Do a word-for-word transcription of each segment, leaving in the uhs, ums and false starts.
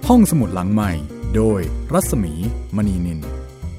ห้องสมุดหลังใหม่โดยรัศมีมณีนิน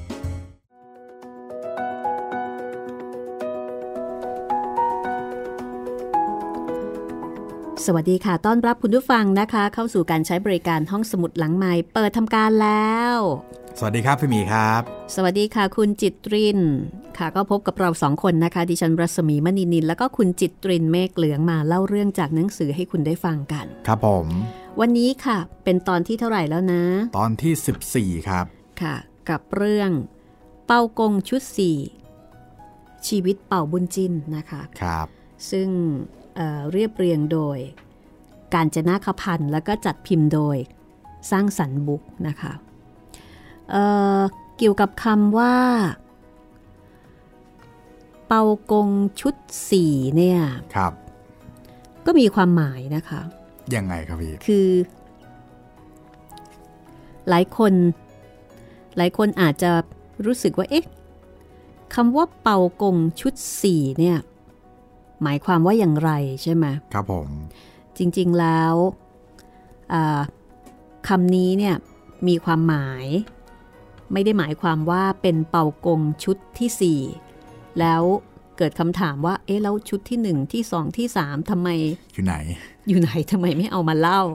สวัสดีค่ะต้อนรับคุณผู้ฟังนะคะเข้าสู่การใช้บริการห้องสมุดหลังใหม่เปิดทำการแล้วสวัสดีครับพี่หมีครับสวัสดีค่ะคุณจิตรินค่ะก็พบกับเราสองคนนะคะดิฉันรัศมีมณีนินแล้วก็คุณจิตรินเมฆเหลืองมาเล่าเรื่องจากหนังสือให้คุณได้ฟังกันครับผมวันนี้ค่ะเป็นตอนที่เท่าไหร่แล้วนะตอนที่สิบสี่ครับค่ะกับเรื่องเป่ากงชุดสี่ชีวิตเป่าบุญจิ้นนะคะครับซึ่ง เอ่อ เรียบเรียงโดยกาญจนาคพันธ์แล้วก็จัดพิมพ์โดยสร้างสรรค์บุ๊กนะคะเอ่อเกี่ยวกับคำว่าเป่ากงชุดสี่เนี่ยครับก็มีความหมายนะคะยังไงครับพี่คือหลายคนหลายคนอาจจะรู้สึกว่าเอ๊ะคำว่าเป่ากงชุดสี่เนี่ยหมายความว่าอย่างไรใช่ไหมครับผมจริงๆแล้วคำนี้เนี่ยมีความหมายไม่ได้หมายความว่าเป็นเป่ากงชุดที่สี่แล้วเกิดคำถามว่าเอ๊ะแล้วชุดที่หนึ่งที่สองที่สามทำไมอยู่ไหนอยู่ไหนทำไมไม่เอามาเล่า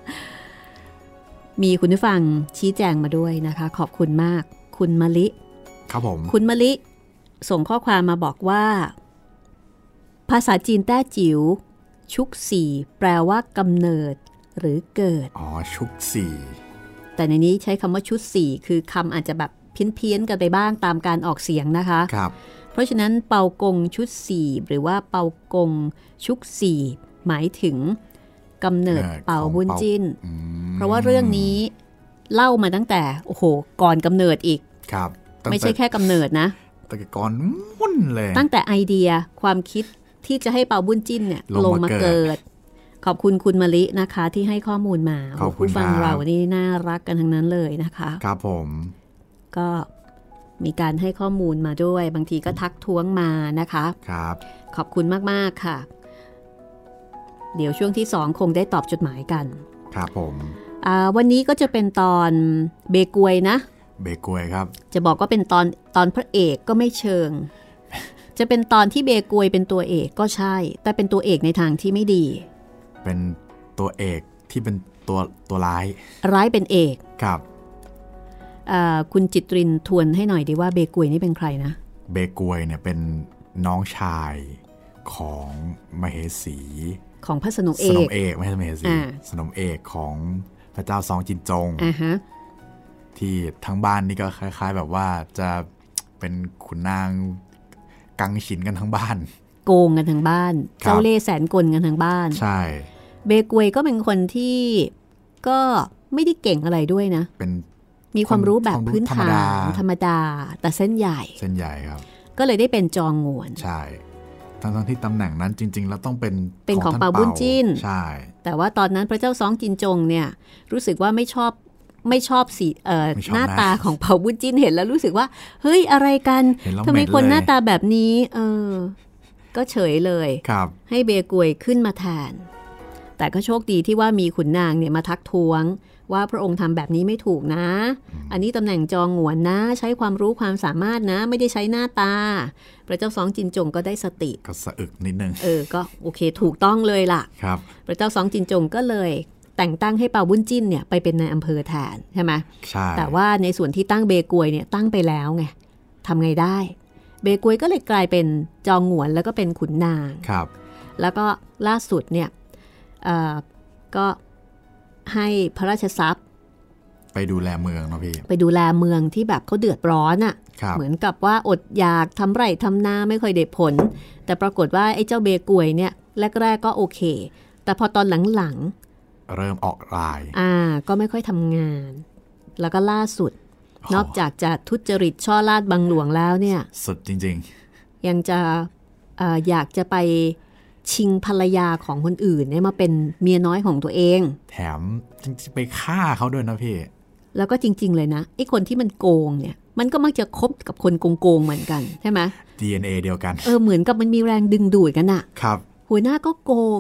มีคุณผู้ฟังชี้แจงมาด้วยนะคะขอบคุณมากคุณมะลิครับผมคุณมะลิส่งข้อความมาบอกว่าภาษาจีนแต้จิ๋วชุกสี่แปลว่ากำเนิดหรือเกิดอ๋อชุกสี่แต่ในนี้ใช้คำว่าชุดสี่คือคำอาจจะแบบเพี้ยนๆกันไปบ้างตามการออกเสียงนะคะครับเพราะฉะนั้นเป่ากงชุดสี่หรือว่าเป่ากงชุกสี่หมายถึงกำเนิดเป่าบุญจิ้นเพราะว่าเรื่องนี้เล่ามาตั้งแต่โอ้โหก่อนกำเนิดอีกครับไม่ใช่แค่กำเนิดนะแต่ก่อนมุ่นเลยตั้งแต่ไอเดียความคิดที่จะให้เป่าบุญจิ้นเนี่ยลงมาเกิดขอบคุณคุณมะลินะคะที่ให้ข้อมูลมาผู้ฟังเรานี่น่ารักกันทั้งนั้นเลยนะคะครับผมก็มีการให้ข้อมูลมาด้วยบางทีก็ทักท้วงมานะคะครับขอบคุณมากๆค่ะเดี๋ยวช่วงที่สองคงได้ตอบจดหมายกันครับผมวันนี้ก็จะเป็นตอนเบกวยนะเบกวยครับจะบอกว่าเป็นตอนตอนพระเอกก็ไม่เชิงจะเป็นตอนที่เบกวยเป็นตัวเอกก็ใช่แต่เป็นตัวเอกในทางที่ไม่ดีเป็นตัวเอกที่เป็นตัวตัวร้ายร้ายเป็นเอกครับคุณจิตรินทวนให้หน่อยดีว่าเบกวยนี่เป็นใครนะเบกวยเนี่ยเป็นน้องชายของมเหสีของพระสนมเอกสนมเอกไม่ใช่มเหสีสนมเอกของพระเจ้าซองจินจง uh-huh. ที่ทั้งบ้านนี่ก็คล้ายๆแบบว่าจะเป็นขุนนางกังฉินกันทั้งบ้านโกงกันทั้งบ้านเจ้าเล่ห์แสนกลกันทั้งบ้านใช่เบกวยก็เป็นคนที่ก็ไม่ได้เก่งอะไรด้วยนะเป็นมีความรู้แบบพื้นฐานธรรมดาแต่เส้นใหญ่เส้นใหญ่ครับก็เลยได้เป็นจองงวนใช่ทั้งๆที่ตำแหน่งนั้นจริงๆแล้วต้องเป็นเป็นของเป่าบุญจิ้นใช่แต่ว่าตอนนั้นพระเจ้าซองจินจงเนี่ยรู้สึกว่าไม่ชอบไม่ชอบสีเอ่อหน้าตาของเป่าบุญจิ้นเห็นแล้วรู้สึกว่าเฮ้ยอะไรกันทำไมคนหน้าตาแบบนี้เออก็เฉยเลยให้เบกวยขึ้นมาแทนแต่ก็โชคดีที่ว่ามีขุนนางเนี่ยมาทักท้วงว่าพระองค์ทำแบบนี้ไม่ถูกนะอันนี้ตำแหน่งจองหงวนนะใช้ความรู้ความสามารถนะไม่ได้ใช้หน้าตาพระเจ้าซองจินจงก็ได้สติก็สะอึกนิดนึงเออก็โอเคถูกต้องเลยล่ะครับพระเจ้าซองจินจงก็เลยแต่งตั้งให้เป่าบุญจิ้นเนี่ยไปเป็นนายอำเภอแทนใช่ไหมใช่แต่ว่าในส่วนที่ตั้งเบกวยเนี่ยตั้งไปแล้วไงทำไงได้เบกวยก็เลยกลายเป็นจองหงวนแล้วก็เป็นขุนนางครับแล้วก็ล่าสุดเนี่ยก็ให้พระราชทรัพย์ไปดูแลเมืองเนาะพี่ไปดูแลเมืองที่แบบเขาเดือดร้อนอ่ะเหมือนกับว่าอดอยากทำไร่ทำนาไม่ค่อยได้ผลแต่ปรากฏว่าไอ้เจ้าเบกวยเนี่ยแรกๆก็โอเคแต่พอตอนหลังๆเริ่มออกลายอ่าก็ไม่ค่อยทำงานแล้วก็ล่าสุดนอกจากจะทุจริตช่อราชบังหลวงแล้วเนี่ยสุดจริงๆยังจะเอ่ออยากจะไปชิงภรรยาของคนอื่นเนี่ยมาเป็นเมียน้อยของตัวเองแถมจริงๆไปฆ่าเขาด้วยนะพี่แล้วก็จริงๆเลยนะไอ้คนที่มันโกงเนี่ยมันก็มักจะคบกับคนโกงๆเหมือนกันใช่ไหมดี เอ็น เอ เดียวกันเออเหมือนกับมันมีแรงดึงดูดกันอะครับหัวหน้าก็โกง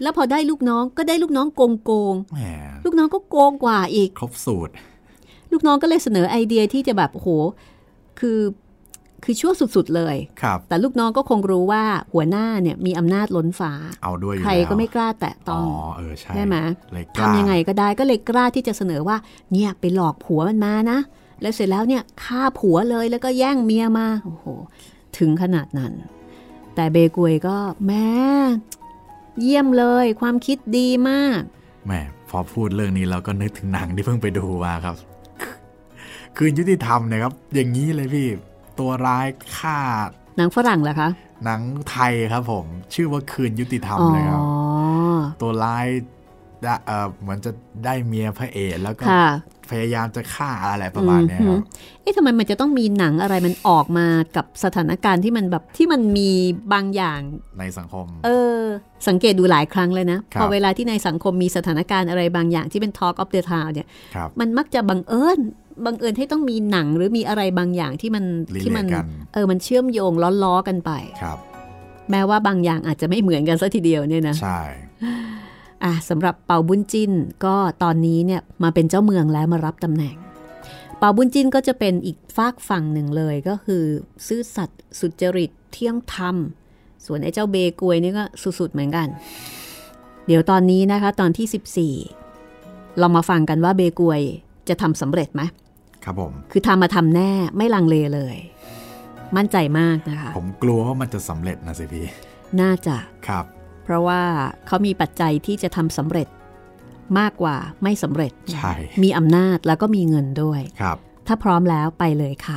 แล้วพอได้ลูกน้องก็ได้ลูกน้องโกงโกงลูกน้องก็โกงกว่าอีกครบสูตรลูกน้องก็เลยเสนอไอเดียที่จะแบบโอ้โหคือคือชั่วสุดๆเลยแต่ลูกน้องก็คงรู้ว่าหัวหน้าเนี่ยมีอำนาจล้นฟ้าเอาด้วยอยู่ใครก็ไม่กล้าแตะต้องอ๋อเออใช่ใช่ไหมทำยังไงก็ได้ก็เลยกล้าที่จะเสนอว่าเนี่ยไปหลอกผัวมันมานะแล้วเสร็จแล้วเนี่ยฆ่าผัวเลยแล้วก็แย่งเมียมาโอ้โหถึงขนาดนั้นแต่เบกวยก็แม่เยี่ยมเลยความคิดดีมากแม่พอพูดเรื่องนี้เราก็นึกถึงหนังที่เพิ่งไปดูมาครับคืนยุติธรรมเนี่ยครับอย่างนี้เลยพี่ตัวร้ายฆ่าหนังฝรั่งเหรอคะหนังไทยครับผมชื่อว่าคืนยุติธรรมเลยครับตัวร้ายเอ่อเหมือนจะได้เมียพระเอกแล้วก็พยายามจะฆ่าอะไรประมาณนี้ครับเอ๊ะทำไมมันจะต้องมีหนังอะไรมันออกมากับสถานการณ์ที่มันแบบที่มันมีบางอย่างในสังคมเออสังเกตดูหลายครั้งเลยนะพอเวลาที่ในสังคมมีสถานการณ์อะไรบางอย่างที่เป็น Talk of the Town เนี่ยมันมักจะบังเอิญบังเอิญให้ต้องมีหนังหรือมีอะไรบางอย่างที่มันที่มันเออมันเชื่อมโยงล้อๆกันไปครับแม้ว่าบางอย่างอาจจะไม่เหมือนกันซะทีเดียวเนี่ยนะใช่อ่ะสำหรับเปาบุญจินก็ตอนนี้เนี่ยมาเป็นเจ้าเมืองแล้วมารับตำแหน่งเปาบุญจินก็จะเป็นอีกฝากฝั่งหนึ่งเลยก็คือซื่อสัตย์สุจริตเที่ยงธรรมส่วนไอ้เจ้าเบกวยนี่ก็สุดๆเหมือนกันเดี๋ยวตอนนี้นะคะตอนที่สิบสี่เรามาฟังกันว่าเบกวยจะทำสำเร็จไหมครับผมคือทำมาทำแน่ไม่ลังเลเลยมั่นใจมากนะคะผมกลัวว่ามันจะสำเร็จนะสิพี่น่าจะครับเพราะว่าเขามีปัจจัยที่จะทำสำเร็จมากกว่าไม่สำเร็จใช่มีอำนาจแล้วก็มีเงินด้วยครับถ้าพร้อมแล้วไปเลยค่ะ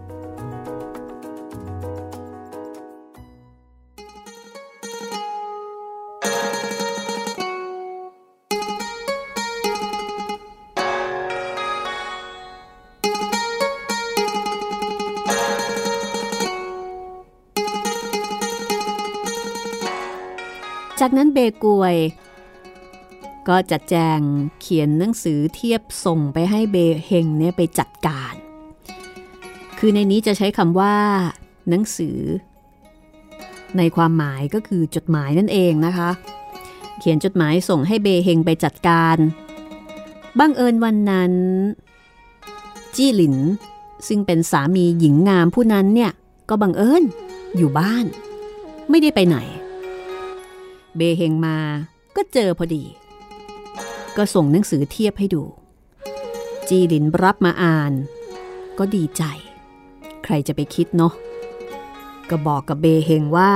จากนั้นเบกวยก็จัดแจงเขียนหนังสือเทียบส่งไปให้เบเฮงเนี่ยไปจัดการคือในนี้จะใช้คำว่าหนังสือในความหมายก็คือจดหมายนั่นเองนะคะเขียนจดหมายส่งให้เบเฮงไปจัดการบังเอิญวันนั้นจี้หลินซึ่งเป็นสามีหญิงงามผู้นั้นเนี่ยก็บังเอิญอยู่บ้านไม่ได้ไปไหนเบเฮงมาก็เจอพอดีก็ส่งหนังสือเทียบให้ดูจีหลินรับมาอ่านก็ดีใจใครจะไปคิดเนาะก็บอกกับเบเฮงว่า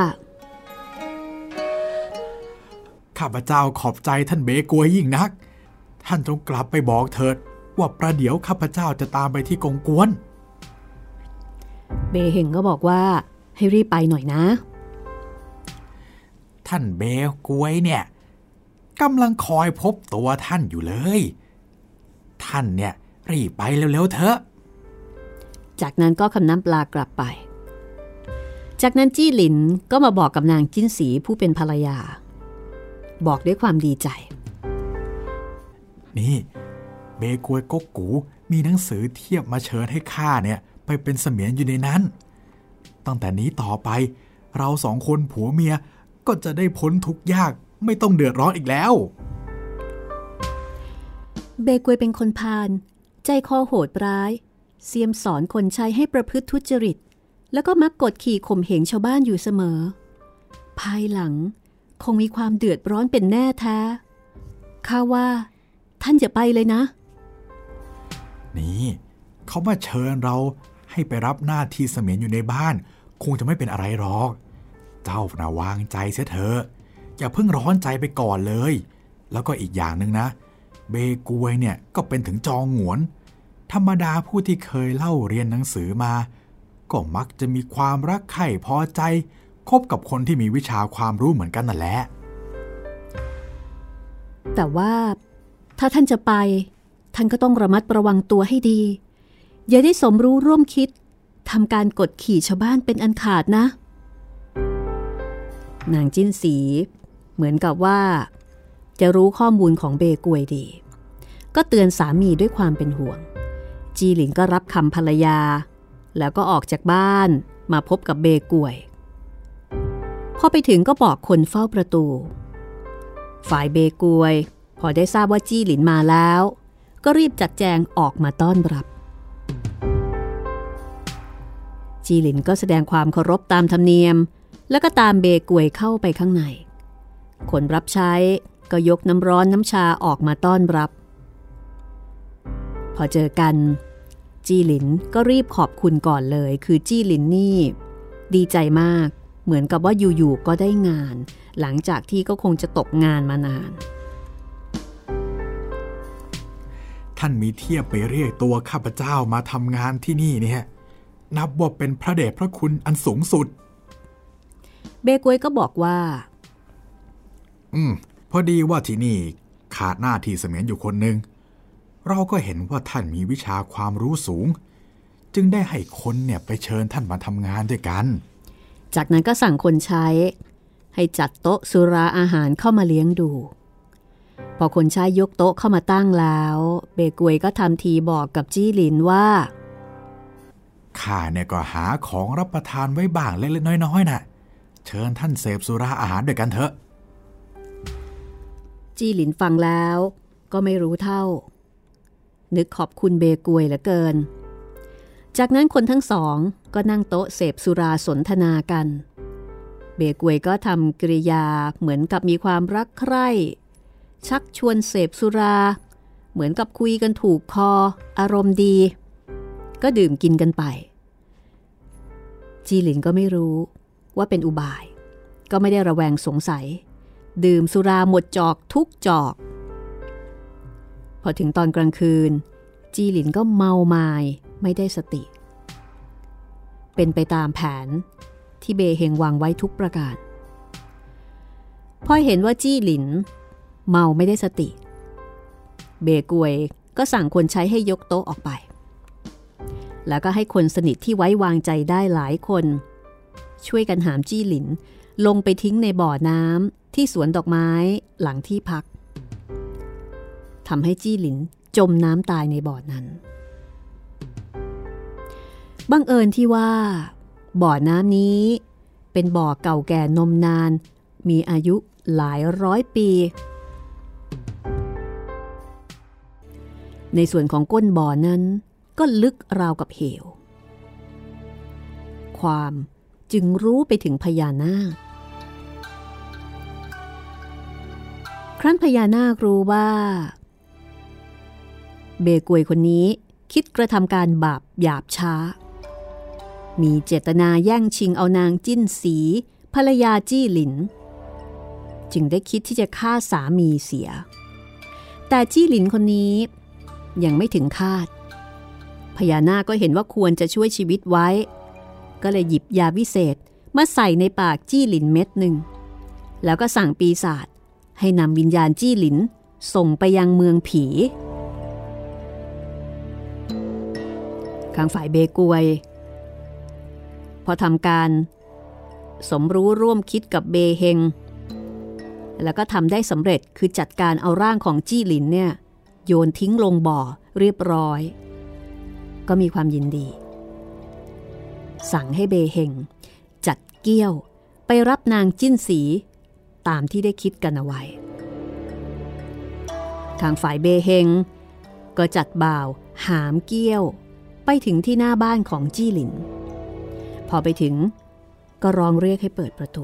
ข้าพเจ้าขอบใจท่านเบกวยยิ่งนักท่านจงกลับไปบอกเถิดว่าประเดี๋ยวข้าพเจ้าจะตามไปที่กงกวนเบเฮงก็บอกว่าให้รีบไปหน่อยนะท่านเบกวยเนี่ยกำลังคอยพบตัวท่านอยู่เลยท่านเนี่ยรีบไปเร็วๆเถอะจากนั้นก็คำน้ำปลากลับไปจากนั้นจี้หลินก็มาบอกกับนางจิ้นสีผู้เป็นภรรยาบอกด้วยความดีใจนี่เบกวยก๊กกูมีหนังสือเทียบมาเชิญให้ข้าเนี่ยไปเป็นเสมียนอยู่ในนั้นตั้งแต่นี้ต่อไปเราสองคนผัวเมียก็จะได้พ้นทุกข์ยากไม่ต้องเดือดร้อนอีกแล้วเบกวยเป็นคนพาลใจคอโหดร้ายเสียมสอนคนใช้ให้ประพฤติทุจริตแล้วก็มักกดขี่ข่มเหงชาวบ้านอยู่เสมอภายหลังคงมีความเดือดร้อนเป็นแน่แท้ข้าว่าท่านอย่าไปเลยนะนี่เขามาเชิญเราให้ไปรับหน้าที่เสมียนอยู่ในบ้านคงจะไม่เป็นอะไรหรอกเจ้าน่าวางใจเสียเถอะอย่าเพิ่งร้อนใจไปก่อนเลยแล้วก็อีกอย่างนึงนะเบกวยเนี่ยก็เป็นถึงจองหงวนธรรมดาผู้ที่เคยเล่าเรียนหนังสือมาก็มักจะมีความรักใคร่พอใจคบกับคนที่มีวิชาความรู้เหมือนกันนั่นแหละแต่ว่าถ้าท่านจะไปท่านก็ต้องระมัดระวังตัวให้ดีอย่าได้สมรู้ร่วมคิดทำการกดขี่ชาวบ้านเป็นอันขาดนะนางจิ้นสีเหมือนกับว่าจะรู้ข้อมูลของเบกวยดีก็เตือนสามีด้วยความเป็นห่วงจีหลินก็รับคำภรรยาแล้วก็ออกจากบ้านมาพบกับเบกวยพอไปถึงก็บอกคนเฝ้าประตูฝ่ายเบกวยพอได้ทราบว่าจี้หลินมาแล้วก็รีบจัดแจงออกมาต้อนรับจี้หลินก็แสดงความเคารพตามธรรมเนียมแล้วก็ตามเบกวยเข้าไปข้างในคนรับใช้ก็ยกน้ำร้อนน้ำชาออกมาต้อนรับพอเจอกันจี้หลินก็รีบขอบคุณก่อนเลยคือจี้หลินนี่ดีใจมากเหมือนกับว่าอยู่ๆก็ได้งานหลังจากที่ก็คงจะตกงานมานานท่านมีเทียบไปเรียกตัวข้าพเจ้ามาทำงานที่นี่เนี่ยนับว่าเป็นพระเดชพระคุณอันสูงสุดเบกวยก็บอกว่าอืมพอดีว่าที่นี่ขาดหน้าที่เสมียนอยู่คนหนึ่งเราก็เห็นว่าท่านมีวิชาความรู้สูงจึงได้ให้คนเนี่ยไปเชิญท่านมาทำงานด้วยกันจากนั้นก็สั่งคนใช้ให้จัดโต๊ะสุราอาหารเข้ามาเลี้ยงดูพอคนใช้ยกโต๊ะเข้ามาตั้งแล้วเบกวยก็ทำทีบอกกับจี้หลินว่าข้าเนี่ยก็หาของรับประทานไว้บ้างเล็กๆน้อยๆน่ะเชิญท่านเสพสุราอาหารด้วยกันเถอะจี้หลินฟังแล้วก็ไม่รู้เท่านึกขอบคุณเบกวยเหลือเกินจากนั้นคนทั้งสองก็นั่งโต๊ะเสพสุราสนทนากันเบกวยก็ทำกริยาเหมือนกับมีความรักใคร่ชักชวนเสพสุราเหมือนกับคุยกันถูกคออารมณ์ดีก็ดื่มกินกันไปจีหลินก็ไม่รู้ว่าเป็นอุบายก็ไม่ได้ระแวงสงสัยดื่มสุราหมดจอกทุกจอกพอถึงตอนกลางคืนจีหลินก็เมามายไม่ได้สติเป็นไปตามแผนที่เบเฮงวางไว้ทุกประการพอเห็นว่าจี้หลินเมาไม่ได้สติเบกวยก็สั่งคนใช้ให้ยกโต๊ะออกไปแล้วก็ให้คนสนิทที่ไว้วางใจได้หลายคนช่วยกันหามจี้หลินลงไปทิ้งในบ่อน้ำที่สวนดอกไม้หลังที่พักทำให้จี้หลินจมน้ำตายในบ่อนั้นบังเอิญที่ว่าบ่อน้ำนี้เป็นบ่อเก่าแก่นมนานมีอายุหลายร้อยปีในส่วนของก้นบ่อนั้นก็ลึกราวกับเหวความจึงรู้ไปถึงพญานาคครั้นพญานาครู้ว่าเบกวยคนนี้คิดกระทำการบาปหยาบช้ามีเจตนาแย่งชิงเอานางจิ้นสีภรรยาจี้หลินจึงได้คิดที่จะฆ่าสามีเสียแต่จี้หลินคนนี้ยังไม่ถึงคาดพญานาคก็เห็นว่าควรจะช่วยชีวิตไว้ก็เลยหยิบยาวิเศษมาใส่ในปากจี้หลินเม็ดหนึ่งแล้วก็สั่งปีศาจให้นำวิญญาณจี้หลินส่งไปยังเมืองผีข้างฝ่ายเบกวยพอทำการสมรู้ร่วมคิดกับเบเฮงแล้วก็ทำได้สำเร็จคือจัดการเอาร่างของจี้หลินเนี่ยโยนทิ้งลงบ่อเรียบร้อยก็มีความยินดีสั่งให้เบเฮงจัดเกี้ยวไปรับนางจิ้นสีตามที่ได้คิดกันเอาไว้ทางฝ่ายเบเฮงก็จัดบ่าวหามเกี้ยวไปถึงที่หน้าบ้านของจี้หลินพอไปถึงก็ร้องเรียกให้เปิดประตู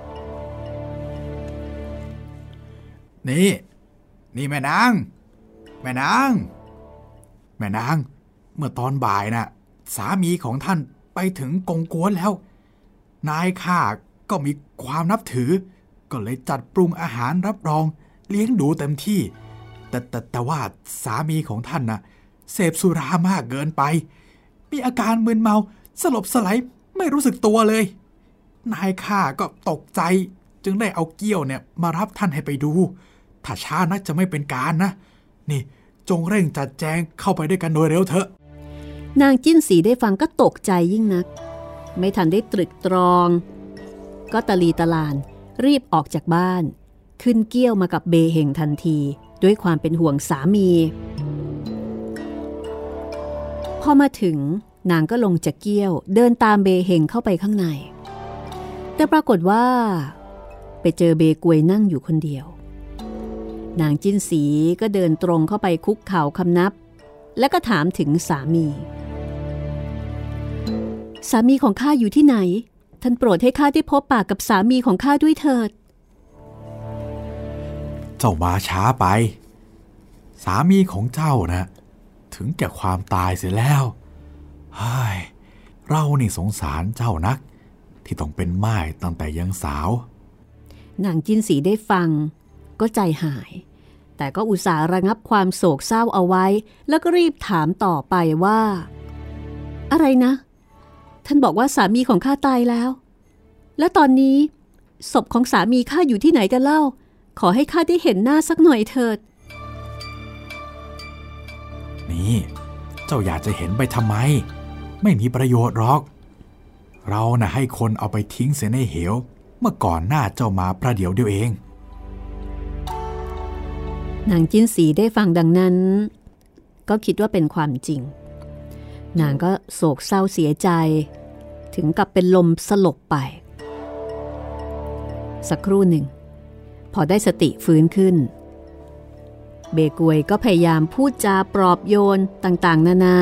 นี่นี่แม่นางแม่นางแม่นางเมื่อตอนบ่ายน่ะสามีของท่านไปถึงกงกวนแล้วนายข้าก็มีความนับถือก็เลยจัดปรุงอาหารรับรองเลี้ยงดูเต็มที่แต่แต่แต่ว่าสามีของท่านน่ะเสพสุรามากเกินไปมีอาการมึนเมาสลบสลายไม่รู้สึกตัวเลยนายข้าก็ตกใจจึงได้เอาเกี้ยวเนี่ยมารับท่านให้ไปดูถ้าช้านักจะไม่เป็นการนะนี่จงเร่งจัดแจงเข้าไปด้วยกันโดยเร็วเถอะนางจิ้นสีได้ฟังก็ตกใจยิ่งนักไม่ทันได้ตรึกตรองก็ตะลีตะลานรีบออกจากบ้านขึ้นเกี้ยวมากับเบเฮงทันทีด้วยความเป็นห่วงสามีพอมาถึงนางก็ลงจากเกี้ยวเดินตามเบเฮงเข้าไปข้างในแต่ปรากฏว่าไปเจอเบกวยนั่งอยู่คนเดียวนางจิ้นสีก็เดินตรงเข้าไปคุกเข่าคำนับแล้วก็ถามถึงสามีสามีของข้าอยู่ที่ไหนท่านโปรดให้ข้าได้พบปากกับสามีของข้าด้วยเถิดเจ้ามาช้าไปสามีของเจ้านะถึงแก่ความตายเสียแล้วเฮ้ยเรานี่สงสารเจ้านักที่ต้องเป็นม่ายตั้งแต่ยังสาวนางจิ้นสีได้ฟังก็ใจหายแต่ก็อุตส่าห์ระงับความโศกเศร้าเอาไว้แล้วก็รีบถามต่อไปว่าอะไรนะท่านบอกว่าสามีของข้าตายแล้วแล้วตอนนี้ศพของสามีข้าอยู่ที่ไหนกันเล่าขอให้ข้าได้เห็นหน้าสักหน่อยเถิดนี่เจ้าอยากจะเห็นไปทำไมไม่มีประโยชน์หรอกเราน่ะให้คนเอาไปทิ้งเสียในเหวเมื่อก่อนหน้าเจ้ามาประเดี๋ยวเดียวเองนางจิ้นสีได้ฟังดังนั้นก็คิดว่าเป็นความจริงนางก็โศกเศร้าเสียใจถึงกับเป็นลมสลบไปสักครู่หนึ่งพอได้สติฟื้นขึ้นเบกวยก็พยายามพูดจาปลอบโยนต่างๆนานา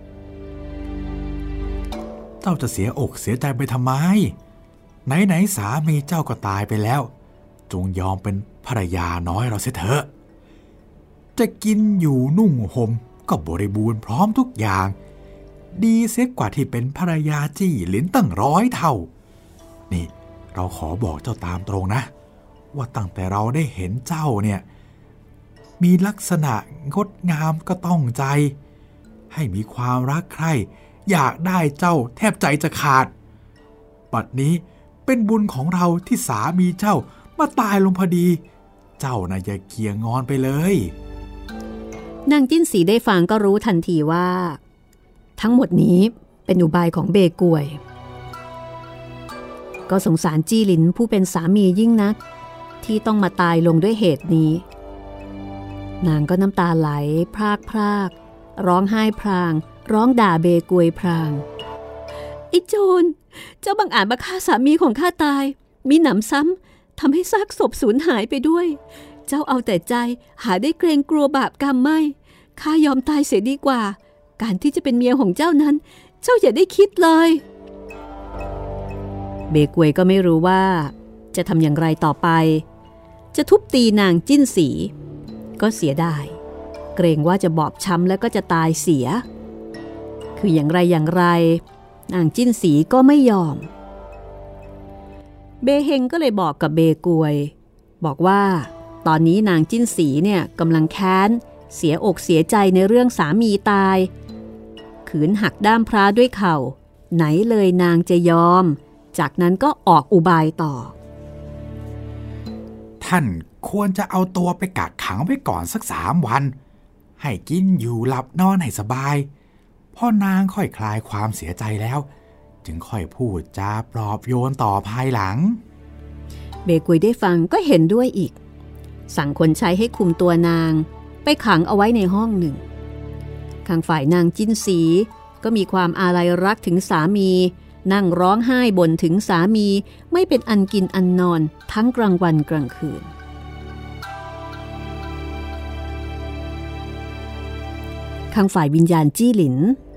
เจ้าจะเสียอกเสียใจไปทำไมไหนๆสามีเจ้าก็ตายไปแล้วจงยอมเป็นภรรยาน้อยเราเสียเถอะจะกินอยู่นุ่งห่มก็บริบูรณ์พร้อมทุกอย่างดีเสียกว่าที่เป็นภรรยาจี้หลินตั้งร้อยเท่านี่เราขอบอกเจ้าตามตรงนะว่าตั้งแต่เราได้เห็นเจ้าเนี่ยมีลักษณะงดงามก็ต้องใจให้มีความรักใคร่อยากได้เจ้าแทบใจจะขาดบัดนี้เป็นบุญของเราที่สามีเจ้ามาตายลงพอดีเจ้าน่ะอย่าเกียงอนไปเลยนางจิ้นสีได้ฟังก็รู้ทันทีว่าทั้งหมดนี้เป็นอุบายของเบกวยก็สงสารจี้หลินผู้เป็นสามียิ่งนักที่ต้องมาตายลงด้วยเหตุนี้นางก็น้ำตาไหลพรากพรากร้องไห้พรางร้องด่าเบกวยพรางไอ้โจรเจ้าบังอาจมาฆ่าสามีของข้าตายมีหนำซ้ำทำให้ซากศพสูญหายไปด้วยเจ้าเอาแต่ใจหาได้เกรงกลัวบาปกรรมไม่ข้ายอมตายเสียดีกว่าการที่จะเป็นเมียของเจ้านั้นเจ้าอย่าได้คิดเลยเบกวยก็ไม่รู้ว่าจะทำอย่างไรต่อไปจะทุบตีนางจิ้นสีก็เสียดายเกรงว่าจะบอบช้ำแล้วก็จะตายเสียคืออย่างไรอย่างไรนางจิ้นสีก็ไม่ยอมเบเฮงก็เลยบอกกับเบกวยบอกว่าตอนนี้นางจิ้นสีเนี่ยกำลังแค้นเสียอกเสียใจในเรื่องสามีตายขืนหักด้ามพระด้วยเข่าไหนเลยนางจะยอมจากนั้นก็ออกอุบายต่อท่านควรจะเอาตัวไปกักขังไว้ก่อนสักสามวันให้กินอยู่หลับนอนให้สบายพอนางค่อยคลายความเสียใจแล้วจึงค่อยพูดจาปลอบโยนต่อภายหลังเบกวยได้ฟังก็เห็นด้วยอีกสั่งคนใช้ให้คุมตัวนางไปขังเอาไว้ในห้องหนึ่งข้างฝ่ายนางจิ้นสีก็มีความอาลัยรักถึงสามีนั่งร้องไห้บ่นถึงสามีไม่เป็นอันกินอันนอนทั้งกลางวันกลางคืนข้างฝ่ายวิญญาณจี้หลิน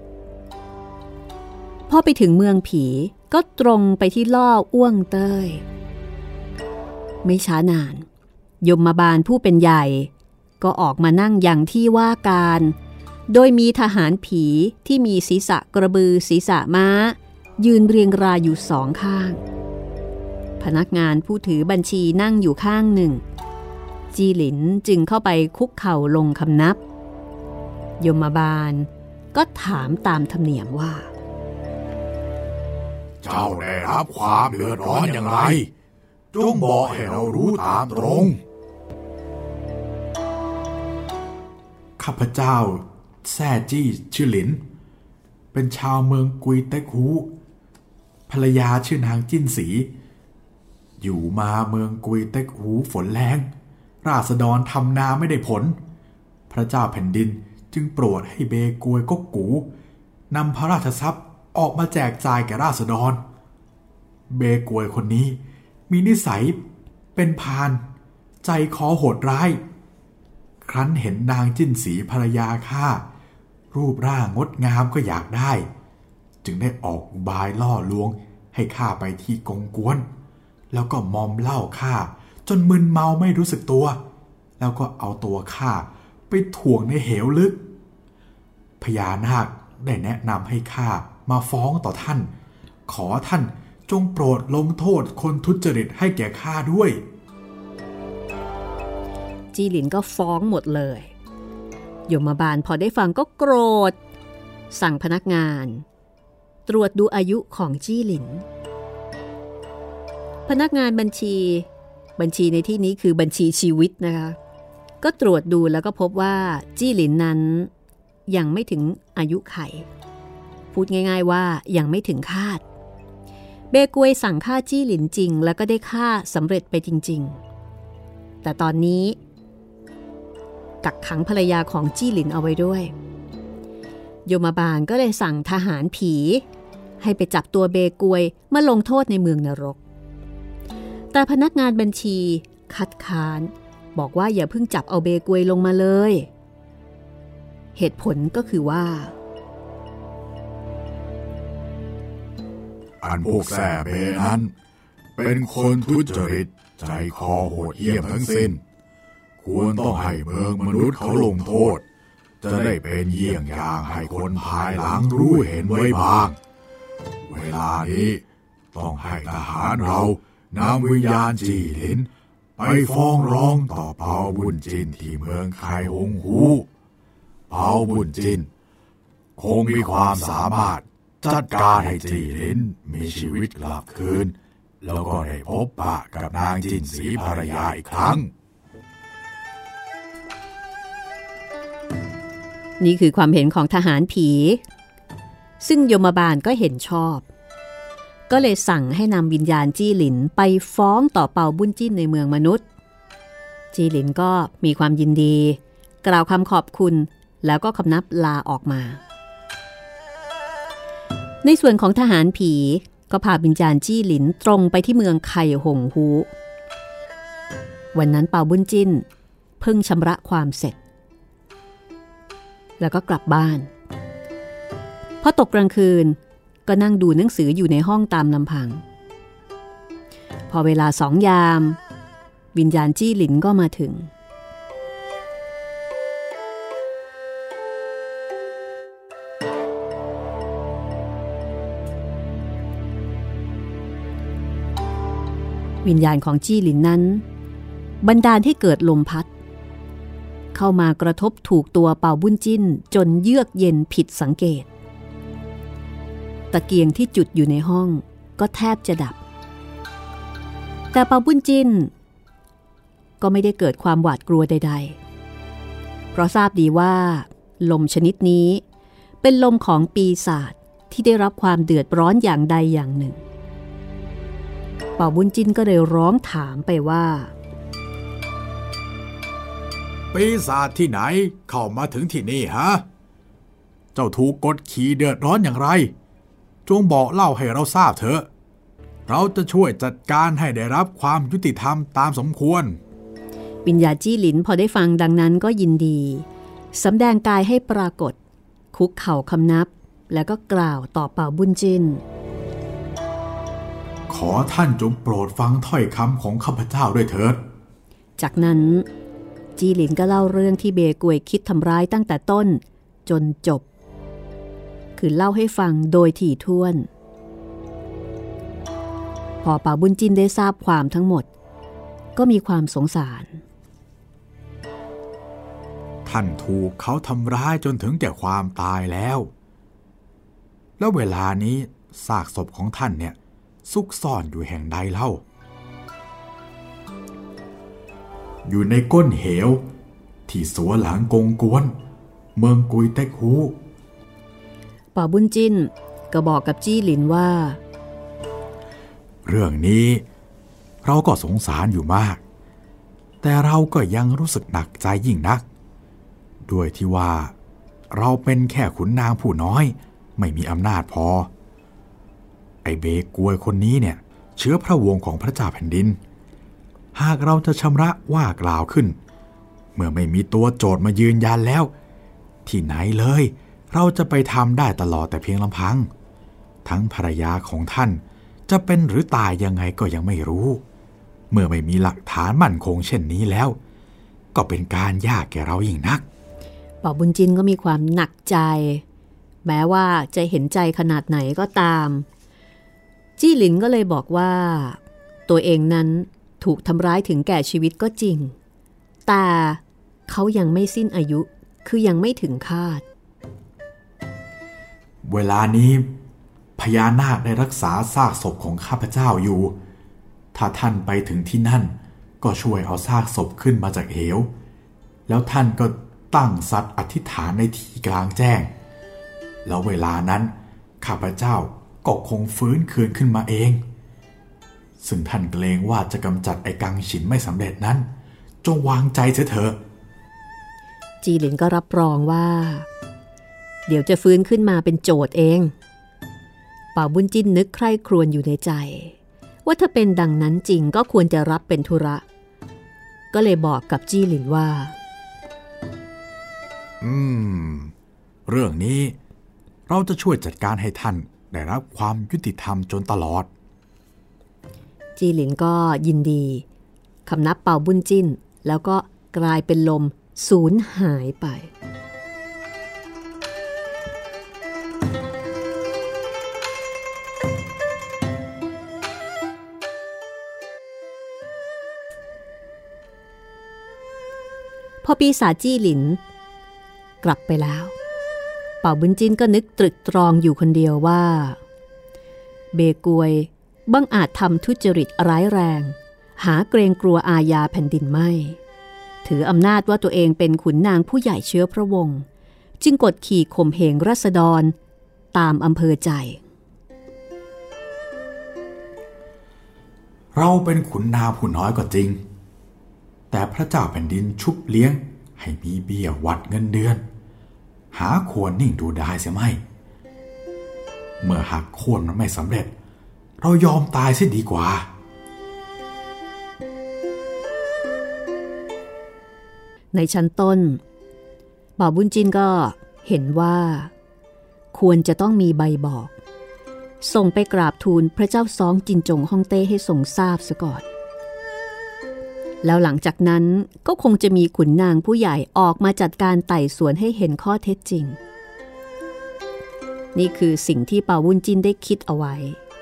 พอไปถึงเมืองผีก็ตรงไปที่ล่ออ้วงเต้ยไม่ช้านานยมบาลผู้เป็นใหญ่ก็ออกมานั่งอย่างที่ว่าการโดยมีทหารผีที่มีศีรษะกระบือศีรษะม้ายืนเรียงรายอยู่สองข้างพนักงานผู้ถือบัญชีนั่งอยู่ข้างหนึ่งจีหลินจึงเข้าไปคุกเข่าลงคำนับยมบาลก็ถามตามธรรมเนียมว่าเจ้าได้รับความเดือดร้อนอย่างไรจงบอกให้เรารู้ตามตรงข้าพเจ้าแซ่จี้ชื่อหลินเป็นชาวเมืองกุยเต็กฮูภรรยาชื่อนางจิ้นสีอยู่มาเมืองกุยเต็กฮูฝนแรงราษฎรทำนาไม่ได้ผลพระเจ้าแผ่นดินจึงโปรดให้เบกวยก๊กกูนำพระราชทรัพย์ออกมาแจกจ่ายแก่ราษฎรเบกวยคนนี้มีนิสัยเป็นพาลใจคอโหดร้ายครั้นเห็นนางจิ้นสีภรรยาข้ารูปร่างงดงามก็อยากได้จึงได้ออกอุบายล่อลวงให้ข้าไปที่กงกวนแล้วก็มอมเหล้าข้าจนมึนเมาไม่รู้สึกตัวแล้วก็เอาตัวข้าไปถ่วงในเหวลึกพญานาคได้แนะนำให้ข้ามาฟ้องต่อท่านขอท่านจงโปรดลงโทษคนทุจริตให้แก่ข้าด้วยจีหลินก็ฟ้องหมดเลยยมบาลพอได้ฟังก็โกรธสั่งพนักงานตรวจดูอายุของจี้หลินพนักงานบัญชีบัญชีในที่นี้คือบัญชีชีวิตนะคะก็ตรวจดูแล้วก็พบว่าจี้หลินนั้นยังไม่ถึงอายุไขพูดง่ายๆว่ายังไม่ถึงคาดเบกวยสั่งฆ่าจี้หลินจริงแล้วก็ได้ฆ่าสำเร็จไปจริงๆแต่ตอนนี้กักขังภรรยาของจี้หลินเอาไว้ด้วยโยมบาลก็เลยสั่งทหารผีให้ไปจับตัวเบกวยมาลงโทษในเมืองนรกแต่พนักงานบัญชีคัดค้านบอกว่าอย่าเพิ่งจับเอาเบกวยลงมาเลยเหตุผลก็คือว่าอันพวกแส่เบนั้นเป็นคนทุจริตใจคอโหดเหี้ยมทั้งสิ้นควรต้องให้เมืองมนุษย์เขาลงโทษจะได้เป็นเยี่ยงอย่างให้คนภายหลังรู้เห็นไว้บ้างเวลานี้ต้องให้ทหารเรานำวิญญาณจี้หลินไปฟ้องร้องต่อเปาบุญจินที่เมืองไคหงหูเปาบุญจินคงมีความสามารถจัดการให้จี้หลินมีชีวิตกลับคืนแล้วก็ได้พบปะกับนางจินสีภรรยาอีกครั้งนี่คือความเห็นของทหารผีซึ่งยมบาลก็เห็นชอบก็เลยสั่งให้นำวิญญาณจี้หลินไปฟ้องต่อเปาบุญจิ้นในเมืองมนุษย์จี้หลินก็มีความยินดีกล่าวคำขอบคุณแล้วก็คำนับลาออกมาในส่วนของทหารผีก็พาวิญญาณจี้หลินตรงไปที่เมืองไคหงฮูวันนั้นเปาบุญจิ้นเพิ่งชำระความเสร็จแล้วก็กลับบ้านพอตกกลางคืนก็นั่งดูหนังสืออยู่ในห้องตามลำพังพอเวลาสองยามวิญญาณจี้หลินก็มาถึงวิญญาณของจี้หลินนั้นบันดาลให้เกิดลมพัดเข้ามากระทบถูกตัวเปาบุญจิ้นจนเยือกเย็นผิดสังเกตตะเกียงที่จุดอยู่ในห้องก็แทบจะดับแต่เปาบุญจิ้นก็ไม่ได้เกิดความหวาดกลัวใดๆเพราะทราบดีว่าลมชนิดนี้เป็นลมของปีศาจที่ได้รับความเดือดร้อนอย่างใดอย่างหนึ่งเปาบุญจิ้นก็เลยร้องถามไปว่าปีศาจที่ไหนเข้ามาถึงที่นี่ฮะเจ้าถูกกดขี่เดือดร้อนอย่างไรจงบอกเล่าให้เราทราบเถอะเราจะช่วยจัดการให้ได้รับความยุติธรรมตามสมควรวิญญาณจี้หลินพอได้ฟังดังนั้นก็ยินดีสำแดงกายให้ปรากฏคุกเข่าคำนับแล้วก็กล่าวต่อเปาบุญจิ้นขอท่านจงโปรดฟังถ้อยคำของข้าพเจ้าด้วยเถิดจากนั้นจี้หลินก็เล่าเรื่องที่เบกวยคิดทำร้ายตั้งแต่ต้นจนจบคือเล่าให้ฟังโดยถี่ถ้วนพอเปาบุญจิ้นได้ทราบความทั้งหมดก็มีความสงสารท่านถูกเขาทำร้ายจนถึงแก่ความตายแล้วแล้วเวลานี้ซากศพของท่านเนี่ยซุกซ่อนอยู่แห่งใดเล่าอยู่ในก้นเหวที่สวนหลังกงกวนเมืองกุยเต็กฮูเป่าบุญจิ้นก็บอกกับจี้หลินว่าเรื่องนี้เราก็สงสารอยู่มากแต่เราก็ยังรู้สึกหนักใจยิ่งนักด้วยที่ว่าเราเป็นแค่ขุนนางผู้น้อยไม่มีอำนาจพอไอ้เบกวยคนนี้เนี่ยเชื้อพระวงศ์ของพระเจ้าแผ่นดินหากเราจะชำระว่ากล่าวขึ้นเมื่อไม่มีตัวโจทย์มายืนยันแล้วที่ไหนเลยเราจะไปทำได้ตลอดแต่เพียงลำพังทั้งภรรยาของท่านจะเป็นหรือตายยังไงก็ยังไม่รู้เมื่อไม่มีหลักฐานมั่นคงเช่นนี้แล้วก็เป็นการยากแก่เรายิ่งนักเป่าบุญจินก็มีความหนักใจแม้ว่าจะเห็นใจขนาดไหนก็ตามจี้หลินก็เลยบอกว่าตัวเองนั้นถูกทำร้ายถึงแก่ชีวิตก็จริงแต่เขายังไม่สิ้นอายุคือยังไม่ถึงคาดเวลานี้พญานาคได้รักษาซากศพของข้าพเจ้าอยู่ถ้าท่านไปถึงที่นั่นก็ช่วยเอาซากศพขึ้นมาจากเหวแล้วท่านก็ตั้งสัตย์อธิษฐานในที่กลางแจ้งแล้วเวลานั้นข้าพเจ้าก็คงฟื้นคืนขึ้นมาเองซึ่งท่านเกรงว่าจะกำจัดไอ้กังฉินไม่สำเร็จนั้นจงวางใจเถอะจีหลินก็รับรองว่าเดี๋ยวจะฟื้นขึ้นมาเป็นโจทย์เองเป่าบุญจิ้นนึกใคร่ครวญอยู่ในใจว่าถ้าเป็นดังนั้นจริงก็ควรจะรับเป็นธุระก็เลยบอกกับจี้หลินว่าอืมเรื่องนี้เราจะช่วยจัดการให้ท่านได้รับความยุติธรรมจนตลอดจี้หลินก็ยินดีคำนับเป่าบุญจิ้นแล้วก็กลายเป็นลมสูญหายไปพอปีศาจจี้หลินกลับไปแล้วเป่าบุญจินก็นึกตรึกตรองอยู่คนเดียวว่าเบกวยบังอาจทำทุจริตร้ายแรงหาเกรงกลัวอาญาแผ่นดินไม่ถืออำนาจว่าตัวเองเป็นขุนนางผู้ใหญ่เชื้อพระวงศ์จึงกดขี่ข่มเหงราษฎรตามอำเภอใจเราเป็นขุนนางผู้น้อยก็จริงแต่พระเจ้าแผ่นดินชุบเลี้ยงให้มีเบี้ยวัดเงินเดือนหาควรนิ่งดูได้เสียไหมเมื่อหักโค่นมันไม่สำเร็จเรายอมตายเสียดีกว่าในชั้นต้นเป่าบุญจินก็เห็นว่าควรจะต้องมีใบบอกส่งไปกราบทูลพระเจ้าซ้องจินจงฮ่องเต้ให้ทรงทราบซะก่อนแล้วหลังจากนั้นก็คงจะมีขุนนางผู้ใหญ่ออกมาจัดการไต่สวนให้เห็นข้อเท็จจริงนี่คือสิ่งที่เป่าบุญจินได้คิดเอาไว้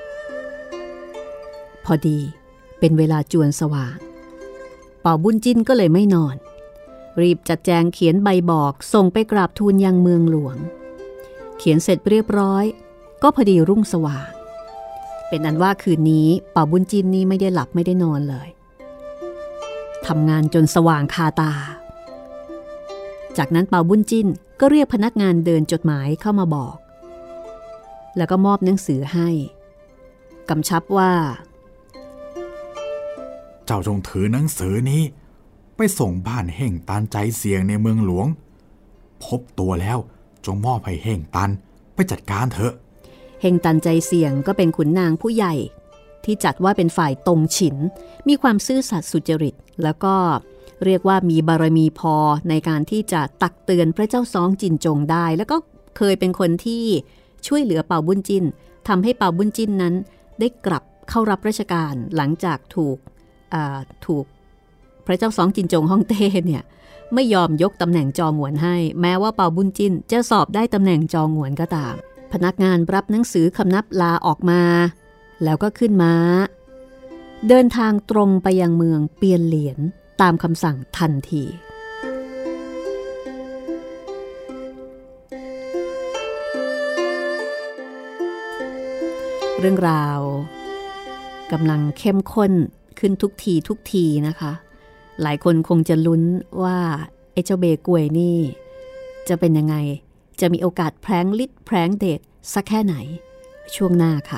พอดีเป็นเวลาจวนสว่างเป่าบุญจินก็เลยไม่นอนรีบจัดแจงเขียนใบบอกส่งไปกราบทูลยังเมืองหลวงเขียนเสร็จเรียบร้อยก็พอดีรุ่งสว่างเป็นอันว่าคืนนี้เป่าบุญจินนี่ไม่ได้หลับไม่ได้นอนเลยทำงานจนสว่างคาตาจากนั้นเป่าบุญจินก็เรียกพนักงานเดินจดหมายเข้ามาบอกแล้วก็มอบหนังสือให้กำชับว่าเจ้าจงถือหนังสือนี้ไปส่งบ้านเฮ่งตันใจเสียงในเมืองหลวงพบตัวแล้วจงมอบให้เฮ่งตันไปจัดการเถอะเฮ่งตันใจเสียงก็เป็นขุนนางผู้ใหญ่ที่จัดว่าเป็นฝ่ายตงฉินมีความซื่อสัตย์สุจริตแล้วก็เรียกว่ามีบารมีพอในการที่จะตักเตือนพระเจ้าซ้องจินจงได้แล้วก็เคยเป็นคนที่ช่วยเหลือเป่าบุญจินทำให้เป่าบุญจินนั้นได้กลับเข้ารับราชการหลังจากถูกถูกพระเจ้าซ้องจินจงฮ่องเต้เนี่ยไม่ยอมยกตำแหน่งจองหวนให้แม้ว่าเป่าบุญจินจะสอบได้ตำแหน่งจองหวนก็ตามพนักงานรับหนังสือคำนับลาออกมาแล้วก็ขึ้นม้าเดินทางตรงไปยังเมืองเปียนเหลียนตามคำสั่งทันทีเรื่องราวกำลังเข้มข้นขึ้นทุกทีทุกทีนะคะหลายคนคงจะลุ้นว่าไอ้เจ้าเบกวยนี่จะเป็นยังไงจะมีโอกาสแพร้งฤทธิ์แพร้งเดชสักแค่ไหนช่วงหน้าค่ะ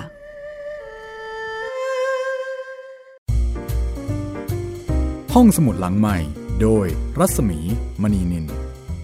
ห้องสมุดหลังใหม่โดยรัศมีมณีนิน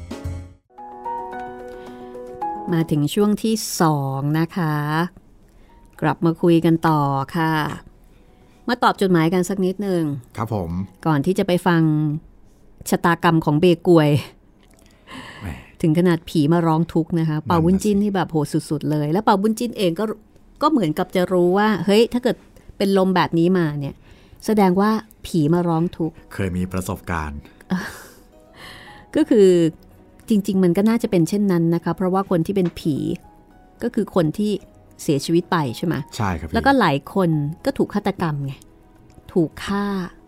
มาถึงช่วงที่สองนะคะกลับมาคุยกันต่อค่ะมาตอบจดหมายกันสักนิดนึงครับผมก่อนที่จะไปฟังชะตากรรมของเบกวยถึงขนาดผีมาร้องทุกข์นะคะเป่าบุญจิ้นนี่แบบโหสุดๆเลยแล้วเป่าบุญจิ้นเองก็ก็เหมือนกับจะรู้ว่าเฮ้ยถ้าเกิดเป็นลมแบบนี้มาเนี่ยแสดงว่าผีมาร้องทุกข์เคยมีประสบการณ์ก็คือจริงๆมันก็น่าจะเป็นเช่นนั้นนะคะเพราะว่าคนที่เป็นผีก็คือคนที่เสียชีวิตไปใช่ไหมใช่ครับแล้วก็หลายคนก็ถูกฆาตกรรมไงถูกฆ่า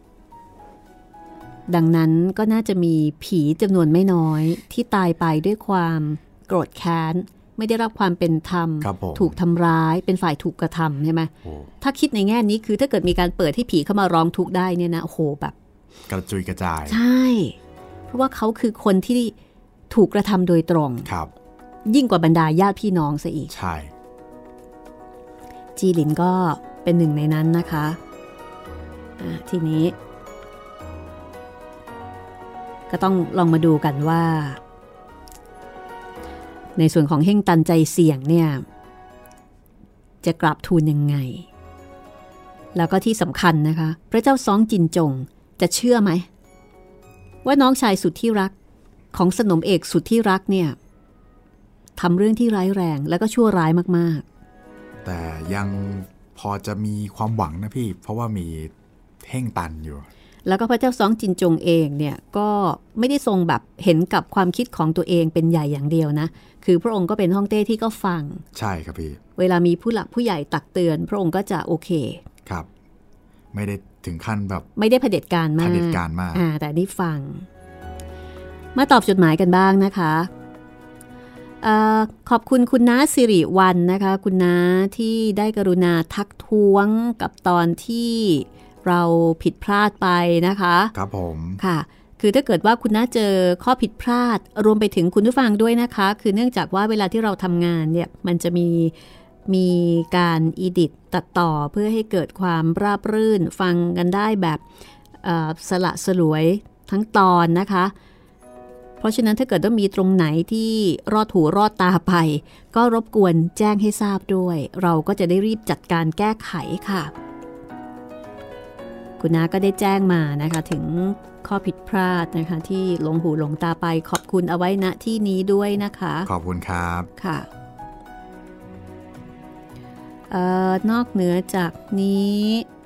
ดังนั้นก็น่าจะมีผีจำนวนไม่น้อยที่ตายไปด้วยความโกรธแค้นไม่ได้รับความเป็นธรรมถูกทำร้ายเป็นฝ่ายถูกกระทำใช่ไหมถ้าคิดในแง่นี้คือถ้าเกิดมีการเปิดให้ผีเข้ามาร้องทุกข์ได้เนี่ยนะโอ้โหแบบกระจุยกระจายใช่เพราะว่าเขาคือคนที่ถูกกระทำโดยตรงยิ่งกว่าบรรดาญาติพี่น้องซะอีกใช่จีหลินก็เป็นหนึ่งในนั้นนะคะอ่าทีนี้ก็ต้องลองมาดูกันว่าในส่วนของเฮ่งตันใจเสี่ยงเนี่ยจะกราบทูลยังไงแล้วก็ที่สำคัญนะคะพระเจ้าซ้องจินจงจะเชื่อไหมว่าน้องชายสุดที่รักของสนมเอกสุดที่รักเนี่ยทำเรื่องที่ร้ายแรงแล้วก็ชั่วร้ายมากๆแต่ยังพอจะมีความหวังนะพี่เพราะว่ามีเฮ่งตันอยู่แล้วก็พระเจ้าซ้องจินจงเองเนี่ยก็ไม่ได้ทรงแบบเห็นกับความคิดของตัวเองเป็นใหญ่อย่างเดียวนะคือพระองค์ก็เป็นฮ่องเต้ที่ก็ฟังใช่ครับพี่เวลามีผู้หลักผู้ใหญ่ตักเตือนพระองค์ก็จะโอเคครับไม่ได้ถึงขั้นแบบไม่ได้เผด็จการมากเผด็จการมากอ่าแต่นี่ฟังมาตอบจดหมายกันบ้างนะคะเอ่อขอบคุณคุณน้าสิริวรรณนะคะคุณน้าที่ได้กรุณาทักท้วงกับตอนที่เราผิดพลาดไปนะคะครับผมค่ะคือถ้าเกิดว่าคุณน้าเจอข้อผิดพลาดรวมไปถึงคุณผู้ฟังด้วยนะคะคือเนื่องจากว่าเวลาที่เราทำงานเนี่ยมันจะมีมีการอีดิตตัดต่อเพื่อให้เกิดความราบรื่นฟังกันได้แบบสละสลวยทั้งตอนนะคะเพราะฉะนั้นถ้าเกิดว่ามีตรงไหนที่รอดหูรอดตาไปก็รบกวนแจ้งให้ทราบด้วยเราก็จะได้รีบจัดการแก้ไขค่ะคุณน้าก็ได้แจ้งมานะคะถึงข้อผิดพลาดนะคะที่หลงหูหลงตาไปขอบคุณเอาไว้ณที่นี้ด้วยนะคะขอบคุณครับค่ะเอ่อนอกเหนือจากนี้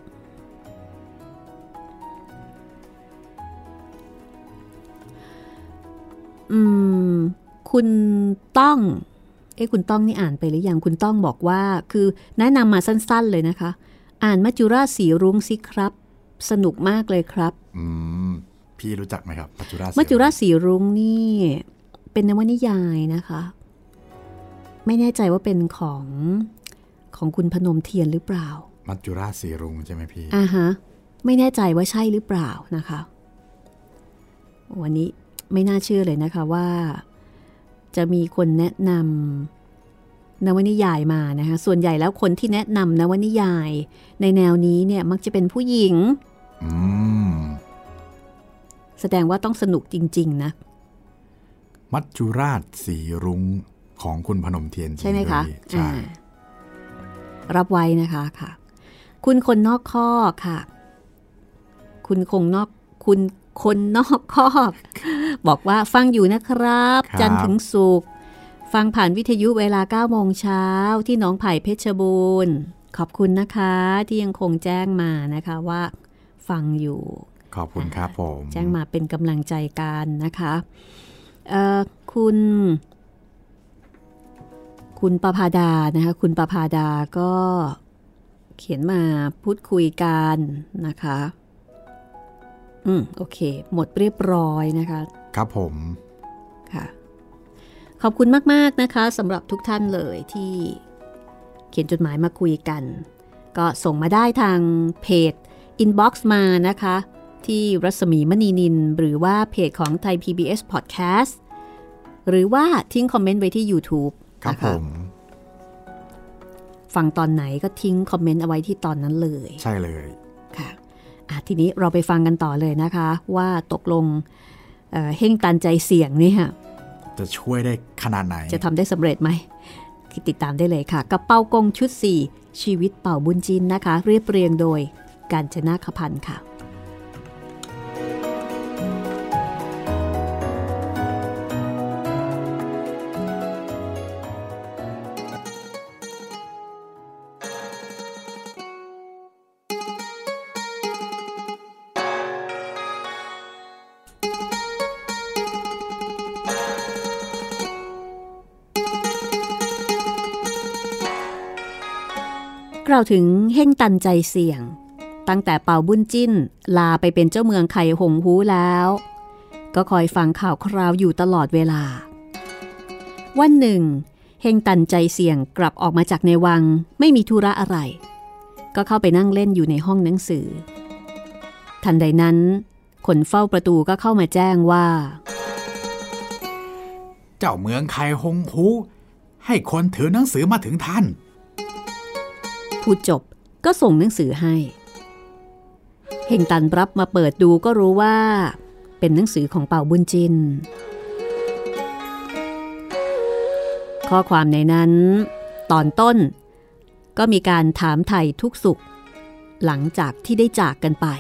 อืมคุณต้องเอ้คุณต้องนี่อ่านไปหรือยังคุณต้องบอกว่าคือแนะนำมาสั้นๆเลยนะคะอ่านมัจจุราชสีรุ้งสิครับสนุกมากเลยครับอืมพี่รู้จักไหมครับมัจจุราชมัจจุราชสีรุ้งนี่เป็นนวนิยายนะคะไม่แน่ใจว่าเป็นของของคุณพนมเทียนหรือเปล่ามัจจุราชสีรุ้งใช่ไหมพี่อ่าฮะไม่แน่ใจว่าใช่หรือเปล่านะคะวันนี้ไม่น่าเชื่อเลยนะคะว่าจะมีคนแนะนำนวนิยายมานะคะส่วนใหญ่แล้วคนที่แนะนำนวนิยายในแนวนี้เนี่ยมักจะเป็นผู้หญิงอืมแสดงว่าต้องสนุกจริงๆนะมัจจุราชสีรุ้งของคุณพนมเทียนใช่ไหมคะใช่รับไว้นะคะค่ะคุณคนนอกข้อค่ะคุณคงนอกคุณคนนอกคอกบอกว่าฟังอยู่นะครับจันทร์ถึงศุกร์ฟังผ่านวิทยุเวลา เก้าโมงเช้าที่หนองไผ่เพชรบูรณ์ขอบคุณนะคะที่ยังคงแจ้งมานะคะว่าฟังอยู่ขอบคุณครับผมแจ้งมาเป็นกำลังใจกันนะคะเอ่อคุณคุณประภาดานะคะคุณประภาดาก็เขียนมาพูดคุยกันนะคะอืมโอเคหมดเรียบร้อยนะคะครับผมค่ะขอบคุณมากๆนะคะสำหรับทุกท่านเลยที่เขียนจดหมายมาคุยกันก็ส่งมาได้ทางเพจ inbox มานะคะที่รัศมีมณีนินหรือว่าเพจของ Thai พี บี เอส Podcast หรือว่าทิ้งคอมเมนต์ไว้ที่ YouTube ครับผมฟังตอนไหนก็ทิ้งคอมเมนต์เอาไว้ที่ตอนนั้นเลยใช่เลยค่ะทีนี้เราไปฟังกันต่อเลยนะคะว่าตกลง เอ่อ เฮ่งตันใจเสี่ยงนี่ค่ะจะช่วยได้ขนาดไหนจะทำได้สำเร็จไหมติดตามได้เลยค่ะกับเปากงชุดสี่ชีวิตเป่าบุญจินนะคะเรียบเรียงโดยกาญจนาคพันธ์ค่ะกล่าวถึงเฮ่งตันใจเสี่ยงตั้งแต่เป่าบุญจิ้นลาไปเป็นเจ้าเมืองไข่หงฮูแล้วก็คอยฟังข่าวคราวอยู่ตลอดเวลาวันหนึ่งเฮ่งตันใจเสี่ยงกลับออกมาจากในวังไม่มีธุระอะไรก็เข้าไปนั่งเล่นอยู่ในห้องหนังสือทันใดนั้นคนเฝ้าประตูก็เข้ามาแจ้งว่าเจ้าเมืองไข่หงฮูให้คนถือหนังสือมาถึงท่านพูดจบก็ส่งหนังสือให้เฮงตันรับมาเปิดดูก็รู้ว่าเป็นหนังสือของเป่าบุญจินข้อความในนั้นตอนต้นก็มีการถามไถ่ทุกสุขหลังจากที่ได้จากกันไป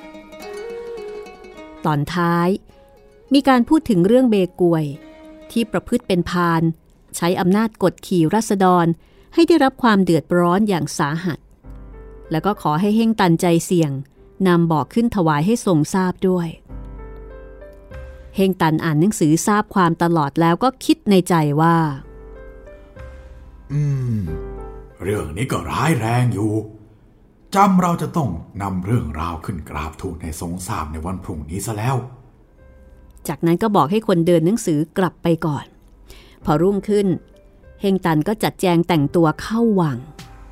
ตอนท้ายมีการพูดถึงเรื่องเบกวยที่ประพฤติเป็นพาลใช้อำนาจกดขี่ราษฎรให้ได้รับความเดือดร้อนอย่างสาหัสแล้วก็ขอให้เฮ่งตันใจเสี่ยงนำบอกขึ้นถวายให้ทรงทราบด้วยเฮ่งตันอ่านหนังสือทราบความตลอดแล้วก็คิดในใจว่าอืมเรื่องนี้ก็ร้ายแรงอยู่จำเราจะต้องนำเรื่องราวขึ้นกราบทูลให้ทรงทราบในวันพรุ่งนี้ซะแล้วจากนั้นก็บอกให้คนเดินหนังสือกลับไปก่อนพอรุ่งขึ้นเฮงตันก็จัดแจงแต่งตัวเข้าวัง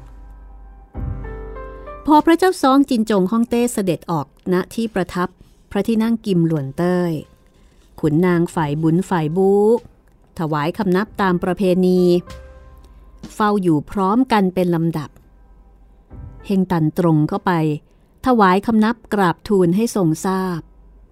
พอพระเจ้าซ้องจินจงฮ่องเต้เสด็จออกณที่ประทับพระที่นั่งกิมหลวนเต้ยขุนนางฝ่ายบุญฝ่ายบู๊ถวายคำนับตามประเพณีเฝ้าอยู่พร้อมกันเป็นลำดับเฮงตันตรงเข้าไปถวายคำนับกราบทูลให้ทรงทราบ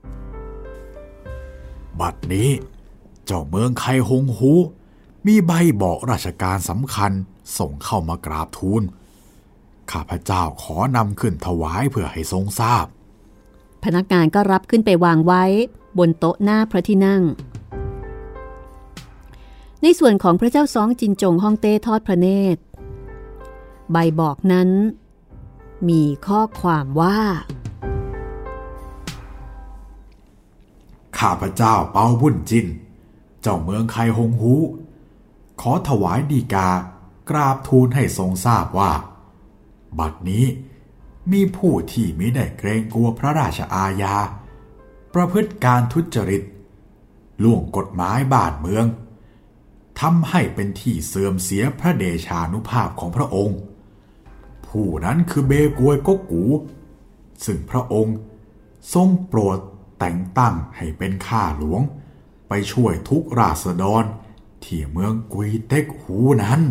บัดนี้เจ้าเมืองไข่หงฮูมีใบบอกราชการสำคัญส่งเข้ามากราบทูลข้าพเจ้าขอนำขึ้นถวายเพื่อให้ทรงทราบพนักงานก็รับขึ้นไปวางไว้บนโต๊ะหน้าพระที่นั่งในส่วนของพระเจ้าซ้องจินจงฮ่องเต้ทอดพระเนตรใบบอกนั้นมีข้อความว่าข้าพเจ้าเปาบุญจินเจ้าเมืองไข่หงฮูขอถวายฎีกากราบทูลให้ทรงทราบว่าบัดนี้มีผู้ที่มิได้เกรงกลัวพระราชอาญาประพฤติการทุจริตล่วงกฎหมายบ้านเมืองทำให้เป็นที่เสื่อมเสียพระเดชานุภาพของพระองค์ผู้นั้นคือเบกวยก๊กกูซึ่งพระองค์ทรงโปรดแต่งตั้งให้เป็นข้าหลวงไปช่วยทุกราษฎรที่เมืองกุยเต็กหูนั้น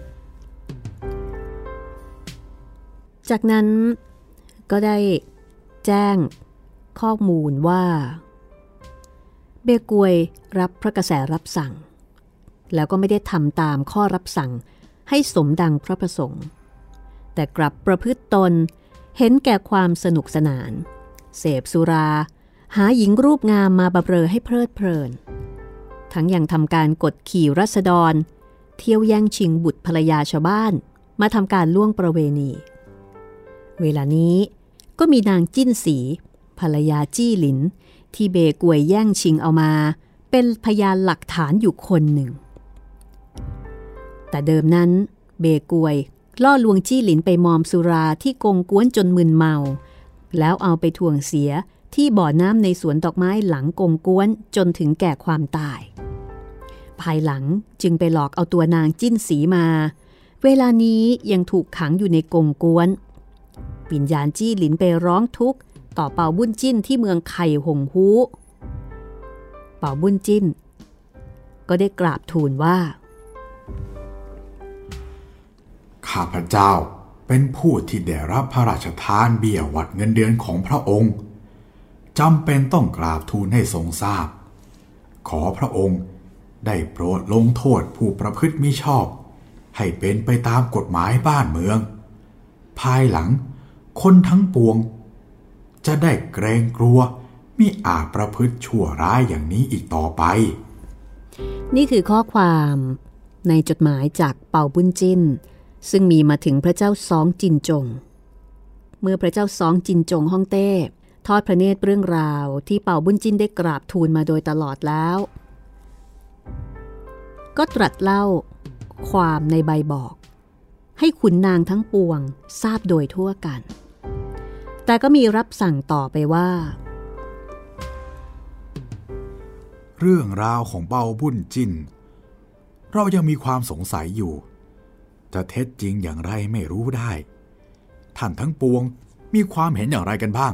จากนั้นก็ได้แจ้งข้อมูลว่าเบกวยรับพระกระแสรับสั่งแล้วก็ไม่ได้ทำตามข้อรับสั่งให้สมดังพระประสงค์แต่กลับประพฤติตนเห็นแก่ความสนุกสนานเสพสุราหาหญิงรูปงามมาบำเรอให้เพลิดเพลินทั้งยังทำการกดขี่ราษฎรเที่ยวแย่งชิงบุตรภรรยาชาวบ้านมาทำการล่วงประเวณีเวลานี้ก็มีนางจิ้นสีภรรยาจี้หลินที่เบกวยแย่งชิงเอามาเป็นพยานหลักฐานอยู่คนหนึ่งแต่เดิมนั้นเบกวยล่อลวงจี้หลินไปมอมสุราที่กงก้วนจนมึนเมาแล้วเอาไปถ่วงเสียที่บ่อน้ำในสวนดอกไม้หลังกงก้วนจนถึงแก่ความตายภายหลังจึงไปหลอกเอาตัวนางจิ้นสีมาเวลานี้ยังถูกขังอยู่ในกงก้วนวิญญาณจี้หลินไปร้องทุกข์ต่อเป่าบุญจิ้นที่เมืองไข่หงฮูเป่าบุญจิ้นก็ได้กราบทูลว่าข้าพเจ้าเป็นผู้ที่ได้รับพระราชทานเบี้ยหวัดเงินเดือนของพระองค์จำเป็นต้องกราบทูลให้ทรงทราบขอพระองค์ได้โปรดลงโทษผู้ประพฤติมิชอบให้เป็นไปตามกฎหมายบ้านเมืองภายหลังคนทั้งปวงจะได้เกรงกลัวมิอาจประพฤติชั่วร้ายอย่างนี้อีกต่อไปนี่คือข้อความในจดหมายจากเป่าบุญจิ้นซึ่งมีมาถึงพระเจ้าซ้องจินจงเมื่อพระเจ้าซ้องจินจงฮ่องเต้ทอดพระเนตรเรื่องราวที่เป่าบุญจิ้นได้กราบทูลมาโดยตลอดแล้วก็ตรัสเล่าความในใบบอกให้ขุนนางทั้งปวงทราบโดยทั่วกันแต่ก็มีรับสั่งต่อไปว่าเรื่องราวของเปาบุญจินเรายังมีความสงสัยอยู่จะเท็จจริงอย่างไรไม่รู้ได้ท่านทั้งปวงมีความเห็นอย่างไรกันบ้าง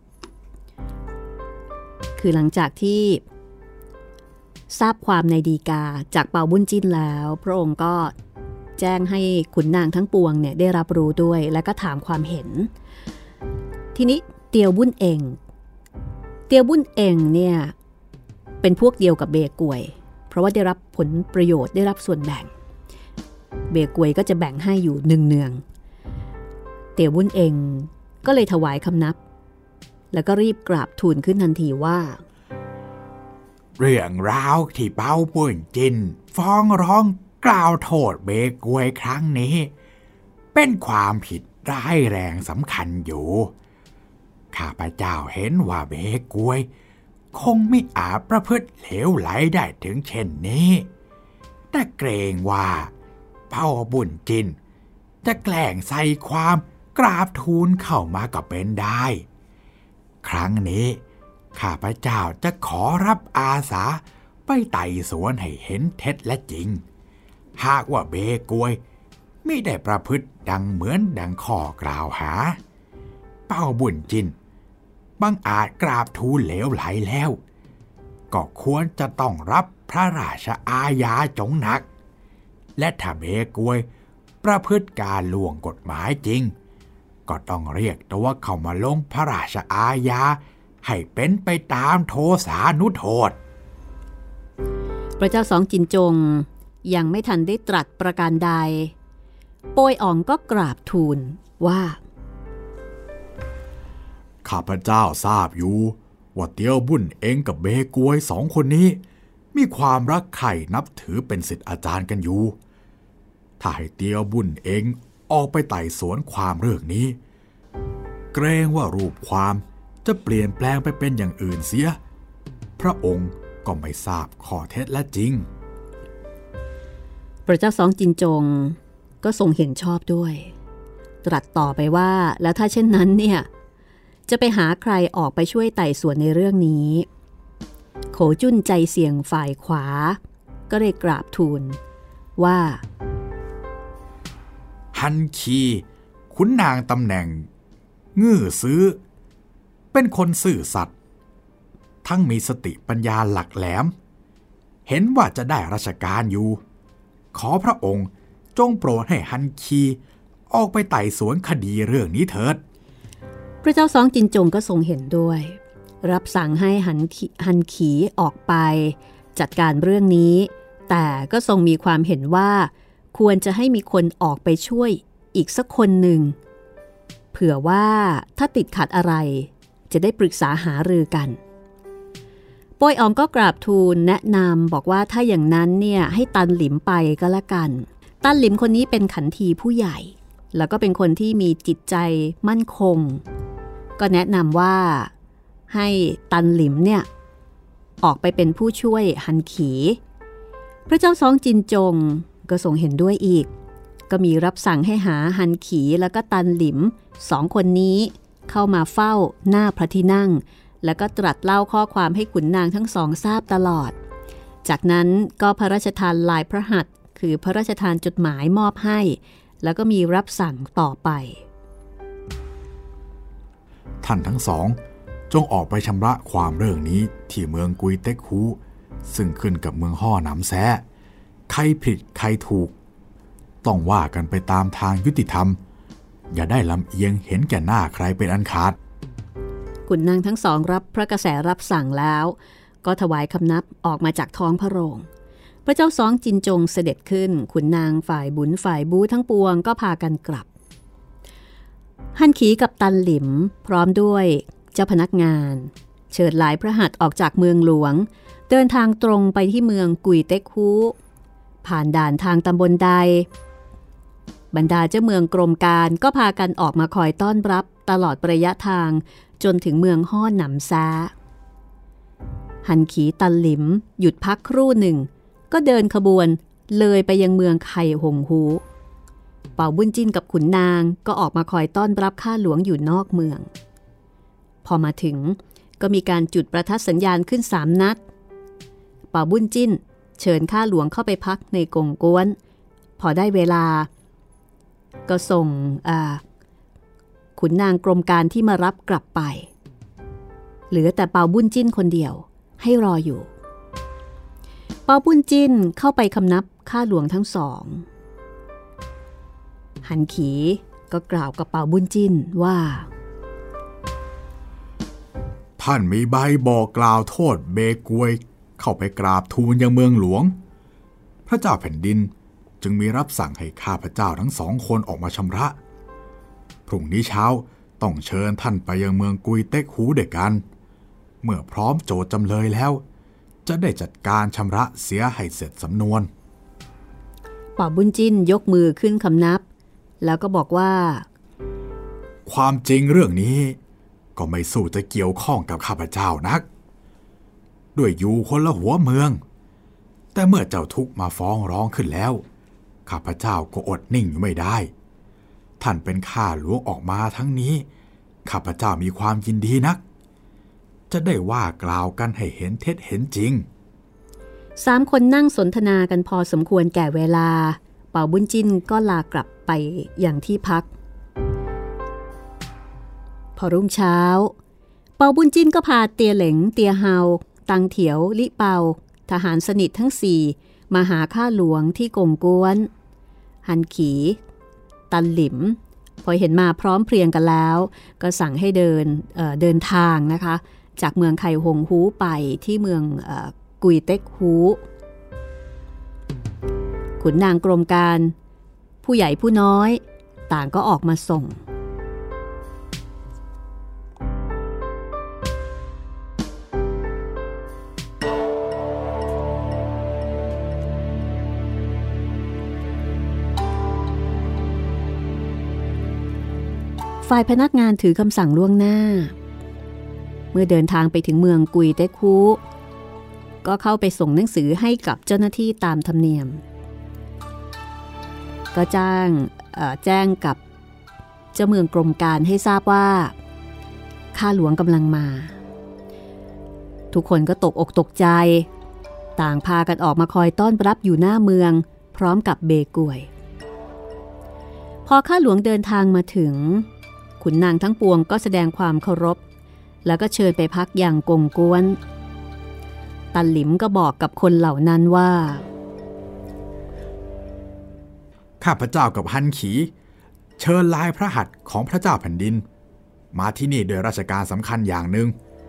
คือหลังจากที่ทราบความในฎีกาจากเปาบุญจินแล้วพระองค์ก็แจ้งให้ขุนนางทั้งปวงเนี่ยได้รับรู้ด้วยและก็ถามความเห็นทีนี้เตียวบุญเองเตียวบุญเองเนี่ยเป็นพวกเดียวกับเบกวยเพราะว่าได้รับผลประโยชน์ได้รับส่วนแบ่งเบกวยก็จะแบ่งให้อยู่เนืองๆเตียวบุญเองก็เลยถวายคำนับแล้วก็รีบกราบทูลขึ้นทันทีว่าเรื่องราวที่เปาบุญจินฟ้องร้องกล่าวโทษเบกวยครั้งนี้เป็นความผิดร้ายแรงสำคัญอยู่ข้าพเจ้าเห็นว่าเบกวยคงไม่อาจประพฤติเหลวไหลได้ถึงเช่นนี้แต่เกรงว่าเปาบุญจินจะแกล้งใส่ความกราบทูลเข้ามาก็เป็นได้ครั้งนี้ข้าพเจ้าจะขอรับอาสาไปไต่สวนให้เห็นเท็จและจริงหากว่าเบกวยไม่ได้ประพฤติดังเหมือนดังข้อกล่าวหาเปาบุญจินบังอาจกราบทูลเหลวไหลแล้วก็ควรจะต้องรับพระราชอาญาจงหนักและถ้าเบกวยประพฤติการล่วงกฎหมายจริงก็ต้องเรียกตัวเข้ามาลงพระราชอาญาให้เป็นไปตามโทษานุโทษพระเจ้าสองจินจงยังไม่ทันได้ตรัสประการใดโป้ยอ่องก็กราบทูลว่าข้าพเจ้าทราบอยู่ว่าเตียวบุญเองกับเบกวยสองคนนี้มีความรักใคร่นับถือเป็นศิษย์อาจารย์กันอยู่ถ้าให้เตียวบุญเองออกไปไต่สวนความเรื่องนี้เกรงว่ารูปความจะเปลี่ยนแปลงไปเป็นอย่างอื่นเสียพระองค์ก็ไม่ทราบข้อเท็จและจริงพระเจ้าสองจินจงก็ทรงเห็นชอบด้วยตรัสต่อไปว่าแล้วถ้าเช่นนั้นเนี่ยจะไปหาใครออกไปช่วยไต่สวนในเรื่องนี้โขจุ้นใจเสี่ยงฝ่ายขวาก็เลยกราบทูลว่าฮันคีขุนนางตำแหน่งงื้อซื้อเป็นคนซื่อสัตย์ทั้งมีสติปัญญาหลักแหลมเห็นว่าจะได้ราชการอยู่ขอพระองค์จงโปรดให้ฮันคีออกไปไต่สวนคดีเรื่องนี้เถิดพระเจ้าสองจินจงก็ทรงเห็นด้วยรับสั่งให้ฮันคีฮันคีออกไปจัดการเรื่องนี้แต่ก็ทรงมีความเห็นว่าควรจะให้มีคนออกไปช่วยอีกสักคนหนึ่งเผื่อว่าถ้าติดขัดอะไรจะได้ปรึกษาหารือกันโป้ยอองก็กราบทูลแนะนำบอกว่าถ้าอย่างนั้นเนี่ยให้ตันหลิมไปก็แล้วกันตันหลิมคนนี้เป็นขันทีผู้ใหญ่แล้วก็เป็นคนที่มีจิตใจมั่นคงก็แนะนำว่าให้ตันหลิมเนี่ยออกไปเป็นผู้ช่วยฮันขีพระเจ้าซองจินจงก็ทรงเห็นด้วยอีกก็มีรับสั่งให้หาฮันขีแล้วก็ตันหลิมสองคนนี้เข้ามาเฝ้าหน้าพระที่นั่งแล้วก็ตรัสเล่าข้อความให้ขุนนางทั้งสองทราบตลอดจากนั้นก็พระราชทานลายพระหัตถ์คือพระราชทานจดหมายมอบให้แล้วก็มีรับสั่งต่อไปท่านทั้งสองจงออกไปชำระความเรื่องนี้ที่เมืองกุยเต็กฮูซึ่งขึ้นกับเมืองห่อหนำแซะใครผิดใครถูกต้องว่ากันไปตามทางยุติธรรมอย่าได้ลำเอียงเห็นแก่หน้าใครเป็นอันขาดขุนนางทั้งสองรับพระกระแสรับสั่งแล้วก็ถวายคำนับออกมาจากท้องพระโรงพระเจ้าสองจินจงเสด็จขึ้นขุนนางฝ่ายบุญฝ่ายบูทั้งปวงก็พากันกลับฮั่นขีกับตันหลิมพร้อมด้วยเจ้าพนักงานเชิญหลายพระหัตถ์ออกจากเมืองหลวงเดินทางตรงไปที่เมืองกุยเต็กฮูผ่านด่านทางตำบลใดบรรดาเจ้าเมืองกรมการก็พากันออกมาคอยต้อนรับตลอดระยะทางจนถึงเมืองฮ่อหนำซาฮันขีตันหลิมหยุดพักครู่หนึ่งก็เดินขบวนเลยไปยังเมืองไข่หงฮูเป่าบุญจิ้นกับขุนนางก็ออกมาคอยต้อนรับข้าหลวงอยู่นอกเมืองพอมาถึงก็มีการจุดประทัดสัญญาณขึ้นสามนัดเป่าบุญจิ้นเชิญข้าหลวงเข้าไปพักในกงกวนพอได้เวลาก็ส่งขุนนางกรมการที่มารับกลับไปเหลือแต่เป่าบุญจิ้นคนเดียวให้รออยู่เป่าบุญจิ้นเข้าไปคำนับข้าหลวงทั้งสองหันขีก็กล่าวกับเป่าบุญจิ้นว่าท่านมีใบบอกกล่าวโทษเบกวยเข้าไปกราบทูลยังเมืองหลวงพระเจ้าแผ่นดินจึงมีรับสั่งให้ข้าพเจ้าทั้งสองคนออกมาชำระพรุ่งนี้เช้าต้องเชิญท่านไปยังเมืองกุยเต็กหูเด็กกันเมื่อพร้อมโจทย์จำเลยแล้วจะได้จัดการชำระเสียให้เสร็จสำนวนเป่าบุญจิ้นยกมือขึ้นคำนับแล้วก็บอกว่าความจริงเรื่องนี้ก็ไม่สู้จะเกี่ยวข้องกับข้าพเจ้านักด้วยอยู่คนละหัวเมืองแต่เมื่อเจ้าทุกข์มาฟ้องร้องขึ้นแล้วข้าพเจ้าก็อดนิ่งอยู่ไม่ได้ท่านเป็นข้าหลวงออกมาทั้งนี้ข้าพเจ้ามีความยินดีนักจะได้ว่ากล่าวกันให้เห็นเท็จเห็นจริงสามคนนั่งสนทนากันพอสมควรแก่เวลาเป่าบุญจิ้นก็ลากลับไปอย่างที่พักพอรุ่งเช้าเป่าบุญจิ้นก็พาเตียเหลงเตียเฮาตังเถียวลิเปาทหารสนิททั้งสี่มาหาข้าหลวงที่กงกวนหันขีตันหลิมพอเห็นมาพร้อมเพรียงกันแล้วก็สั่งให้เดิน เอ่อ เดินทางนะคะจากเมืองไคหงฮูไปที่เมืองเอ่อกุยเต็กฮูขุนนางกรมการผู้ใหญ่ผู้น้อยต่างก็ออกมาส่งฝ่ายพนักงานถือคำสั่งล่วงหน้าเมื่อเดินทางไปถึงเมืองกุยเต็กฮูก็เข้าไปส่งหนังสือให้กับเจ้าหน้าที่ตามธรรมเนียมก็แจ้งแจ้งกับเจ้าเมืองกรมการให้ทราบว่าข้าหลวงกำลังมาทุกคนก็ตกอกตกใจต่างพากันออกมาคอยต้อนรับอยู่หน้าเมืองพร้อมกับเบกวยพอข้าหลวงเดินทางมาถึงขุนนางทั้งปวงก็แสดงความเคารพแล้วก็เชิญไปพักอย่างกงกวนตันหลิมก็บอกกับคนเหล่านั้นว่าข้าพเจ้ากับฮันขีเชิญลายพระหัตถ์ของพระเจ้าแผ่นดินมาที่นี่โดยราชการสำคัญอย่างหนึ่ง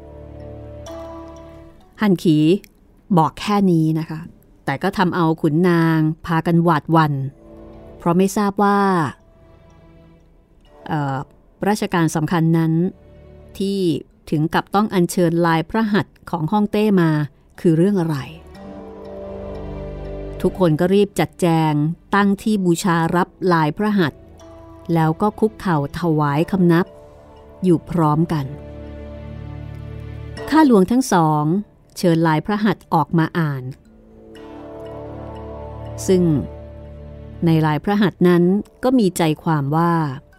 ฮันขีบอกแค่นี้นะคะแต่ก็ทำเอาขุนนางพากันหวาดหวั่นเพราะไม่ทราบว่าราชการสำคัญนั้นที่ถึงกับต้องอัญเชิญลายพระหัตถ์ของฮ่องเต้มาคือเรื่องอะไรทุกคนก็รีบจัดแจงตั้งที่บูชารับลายพระหัตถ์แล้วก็คุกเข่าถวายคำนับอยู่พร้อมกันข้าหลวงทั้งสองเชิญลายพระหัตถ์ออกมาอ่านซึ่งในลายพระหัตถ์นั้นก็มีใจความว่า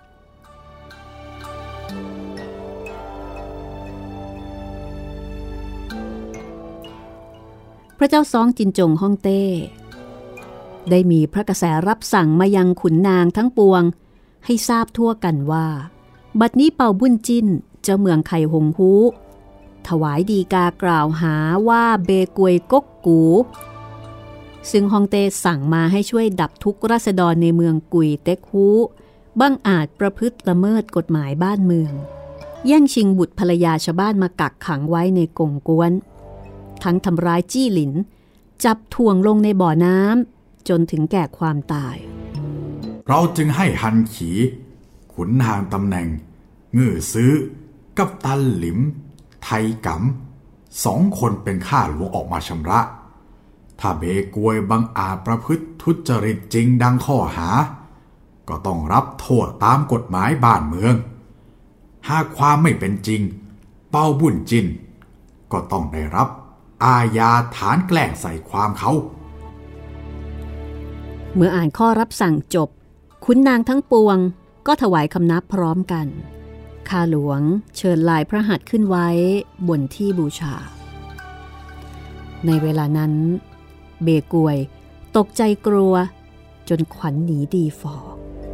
พระเจ้าซ้องจินจงฮ่องเต้ได้มีพระกระแสรับสั่งมายังขุนนางทั้งปวงให้ทราบทั่วกันว่าบัดนี้เป่าบุญจิ้นเจ้าเมืองไคหงฮูถวายดีกากล่าวหาว่าเบกวยก๊กกูซึ่งฮ่องเต้สั่งมาให้ช่วยดับทุกข์ราษฎรในเมืองกุยเต็กฮูบังอาจประพฤติละเมิดกฎหมายบ้านเมืองแย่งชิงบุตรภรรยาชาวบ้านมากักขังไว้ในกงกวนทั้งทำร้ายจี้หลินจับถ่วงลงในบ่อน้ำจนถึงแก่ความตายเราจึงให้ฮันขีขุนนางตำแหน่งงื้อซื้อกับตันหลิมไทกำสองคนเป็นข้าหลวงออกมาชำระถ้าเบกวยบังอาจประพฤติทุจริตจริงดังข้อหาก็ต้องรับโทษตามกฎหมายบ้านเมืองหากความไม่เป็นจริงเป้าบุญจินก็ต้องได้รับอาญาฐานแกล้งใส่ความเขาเมื่ออ่านข้อรับสั่งจบขุนนางทั้งปวงก็ถวายคำนับพร้อมกันข้าหลวงเชิญลายพระหัตถ์ขึ้นไว้บนที่บูชาในเวลานั้นเบกวยตกใจกลัวจนขวัญหนีดีฟอ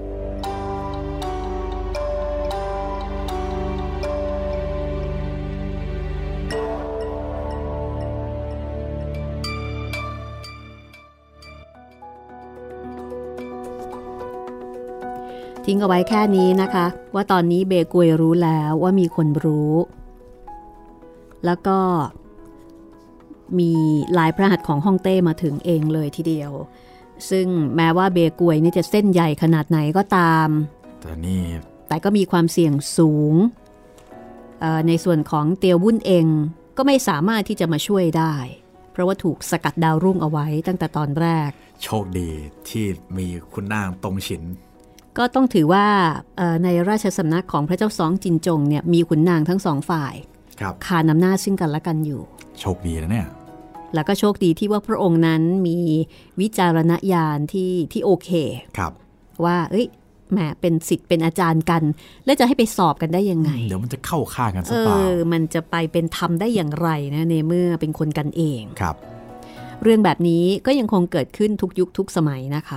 ทิ้งเอาไว้แค่นี้นะคะว่าตอนนี้เบกวยรู้แล้วว่ามีคนรู้แล้วก็มีลายพระหัตถ์ของฮ่องเต้มาถึงเองเลยทีเดียวซึ่งแม้ว่าเบกวยนี่จะเส้นใหญ่ขนาดไหนก็ตามแต่นี่แต่ก็มีความเสี่ยงสูงในส่วนของเตียววุ่นเองก็ไม่สามารถที่จะมาช่วยได้เพราะว่าถูกสกัดดาวรุ่งเอาไว้ตั้งแต่ตอนแรกโชคดีที่มีคุณนางตงฉินก็ต้องถือว่าในราชสำนักของพระเจ้าซองจินจงเนี่ยมีขุนนางทั้งสองฝ่ายขานำหน้าซึ่งกันและกันอยู่โชคดีนะเนี่ยแล้วก็โชคดีที่ว่าพระองค์นั้นมีวิจารณญาณที่ที่โอเคครับว่าเอ้ยแหมเป็นศิษย์เป็นอาจารย์กันแล้วจะให้ไปสอบกันได้ยังไงเดี๋ยวมันจะเข้าข้างกันซะเปล่าเออมันจะไปเป็นธรรมได้อย่างไรนะในเมื่อเป็นคนกันเองครับเรื่องแบบนี้ก็ยังคงเกิดขึ้นทุกยุคทุกสมัยนะคะ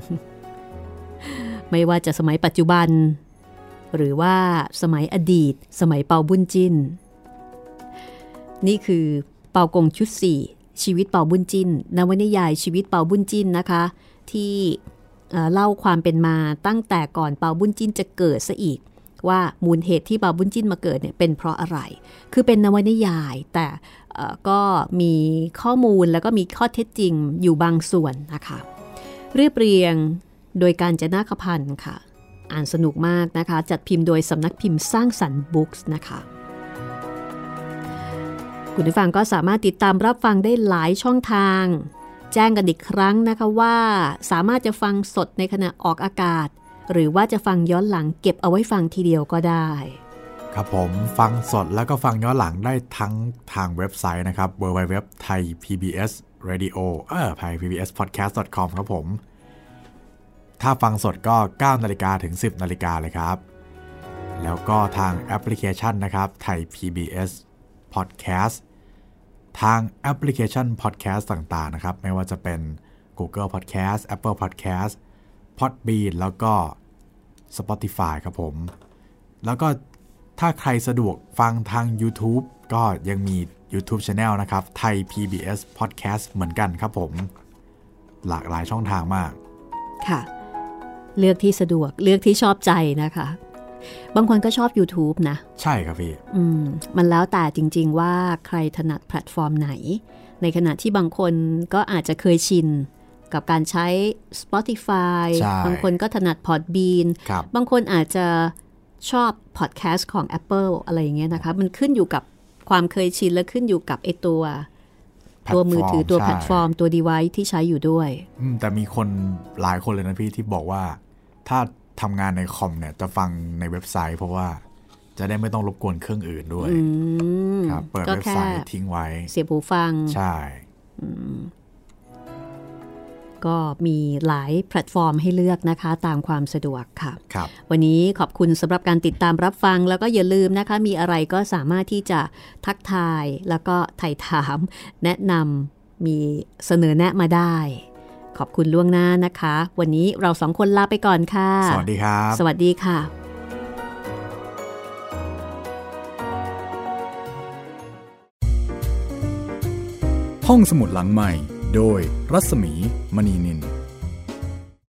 ไม่ว่าจะสมัยปัจจุบันหรือว่าสมัยอดีตสมัยเปาบุญจิ้นนี่คือเปากงชุดสี่ชีวิตเปาบุญจิ้นนวนิยายชีวิตเปาบุญจิ้นนะคะที่เล่าความเป็นมาตั้งแต่ก่อนเปาบุญจิ้นจะเกิดซะอีกว่ามูลเหตุที่เปาบุญจิ้นมาเกิดเนี่ยเป็นเพราะอะไรคือเป็นนวนิยายแต่ก็มีข้อมูลแล้วก็มีข้อเท็จจริงอยู่บางส่วนนะคะเรียบเรียงโดยการจนาคพันธ์ค่ะอ่านสนุกมากนะคะจัดพิมพ์โดยสำนักพิมพ์สร้างสรรค์บุ๊กส์นะคะคุณผู้ฟังก็สามารถติดตามรับฟังได้หลายช่องทางแจ้งกันอีกครั้งนะคะว่าสามารถจะฟังสดในขณะออกอากาศหรือว่าจะฟังย้อนหลังเก็บเอาไว้ฟังทีเดียวก็ได้ครับผมฟังสดแล้วก็ฟังย้อนหลังได้ทั้งทางเว็บไซต์นะครับ ดับเบิลยู ดับเบิลยู ดับเบิลยู ดอท ไทย พี บี เอส เรดิโอ เอ่อ ไทย พี บี เอส พอดแคสต์ ดอท คอม ครับผมถ้าฟังสดก็ เก้านาฬิกา ถึง สิบนาฬิกาเลยครับแล้วก็ทางแอปพลิเคชันนะครับไทย พี บี เอส Podcast ทางแอปพลิเคชัน Podcast ต่างๆนะครับไม่ว่าจะเป็น Google Podcast Apple Podcast Podbean แล้วก็ Spotify ครับผมแล้วก็ถ้าใครสะดวกฟังทาง YouTube ก็ยังมี YouTube Channel นะครับไทย พี บี เอส Podcast เหมือนกันครับผมหลากหลายช่องทางมากค่ะเลือกที่สะดวกเลือกที่ชอบใจนะคะบางคนก็ชอบ YouTube นะใช่ครับพี่อืมมันแล้วแต่จริงๆว่าใครถนัดแพลตฟอร์มไหนในขณะที่บางคนก็อาจจะเคยชินกับการใช้ Spotify บางคนก็ถนัด Podbean บางคนอาจจะชอบ Podcast ของ Apple อะไรอย่างเงี้ยนะคะมันขึ้นอยู่กับความเคยชินและขึ้นอยู่กับไอ้ตัวตัวมือถือตัวแพลตฟอร์มตัว device ที่ใช้อยู่ด้วยแต่มีคนหลายคนเลยนะพี่ที่บอกว่าถ้าทำงานในคอมเนี่ยจะฟังในเว็บไซต์เพราะว่าจะได้ไม่ต้องรบกวนเครื่องอื่นด้วยครับเปิดเว็บไซต์ทิ้งไว้เสียบหูฟังใช่ก็มีหลายแพลตฟอร์มให้เลือกนะคะตามความสะดวกค่ะครับวันนี้ขอบคุณสำหรับการติดตามรับฟังแล้วก็อย่าลืมนะคะมีอะไรก็สามารถที่จะทักทายแล้วก็ไถ่ถามแนะนำมีเสนอแนะมาได้ขอบคุณล่วงหน้านะคะวันนี้เราสองคนลาไปก่อนค่ะสวัสดีครับสวัสดีค่ะห้องสมุดหลังใหม่โดยรัศมีมณีนิน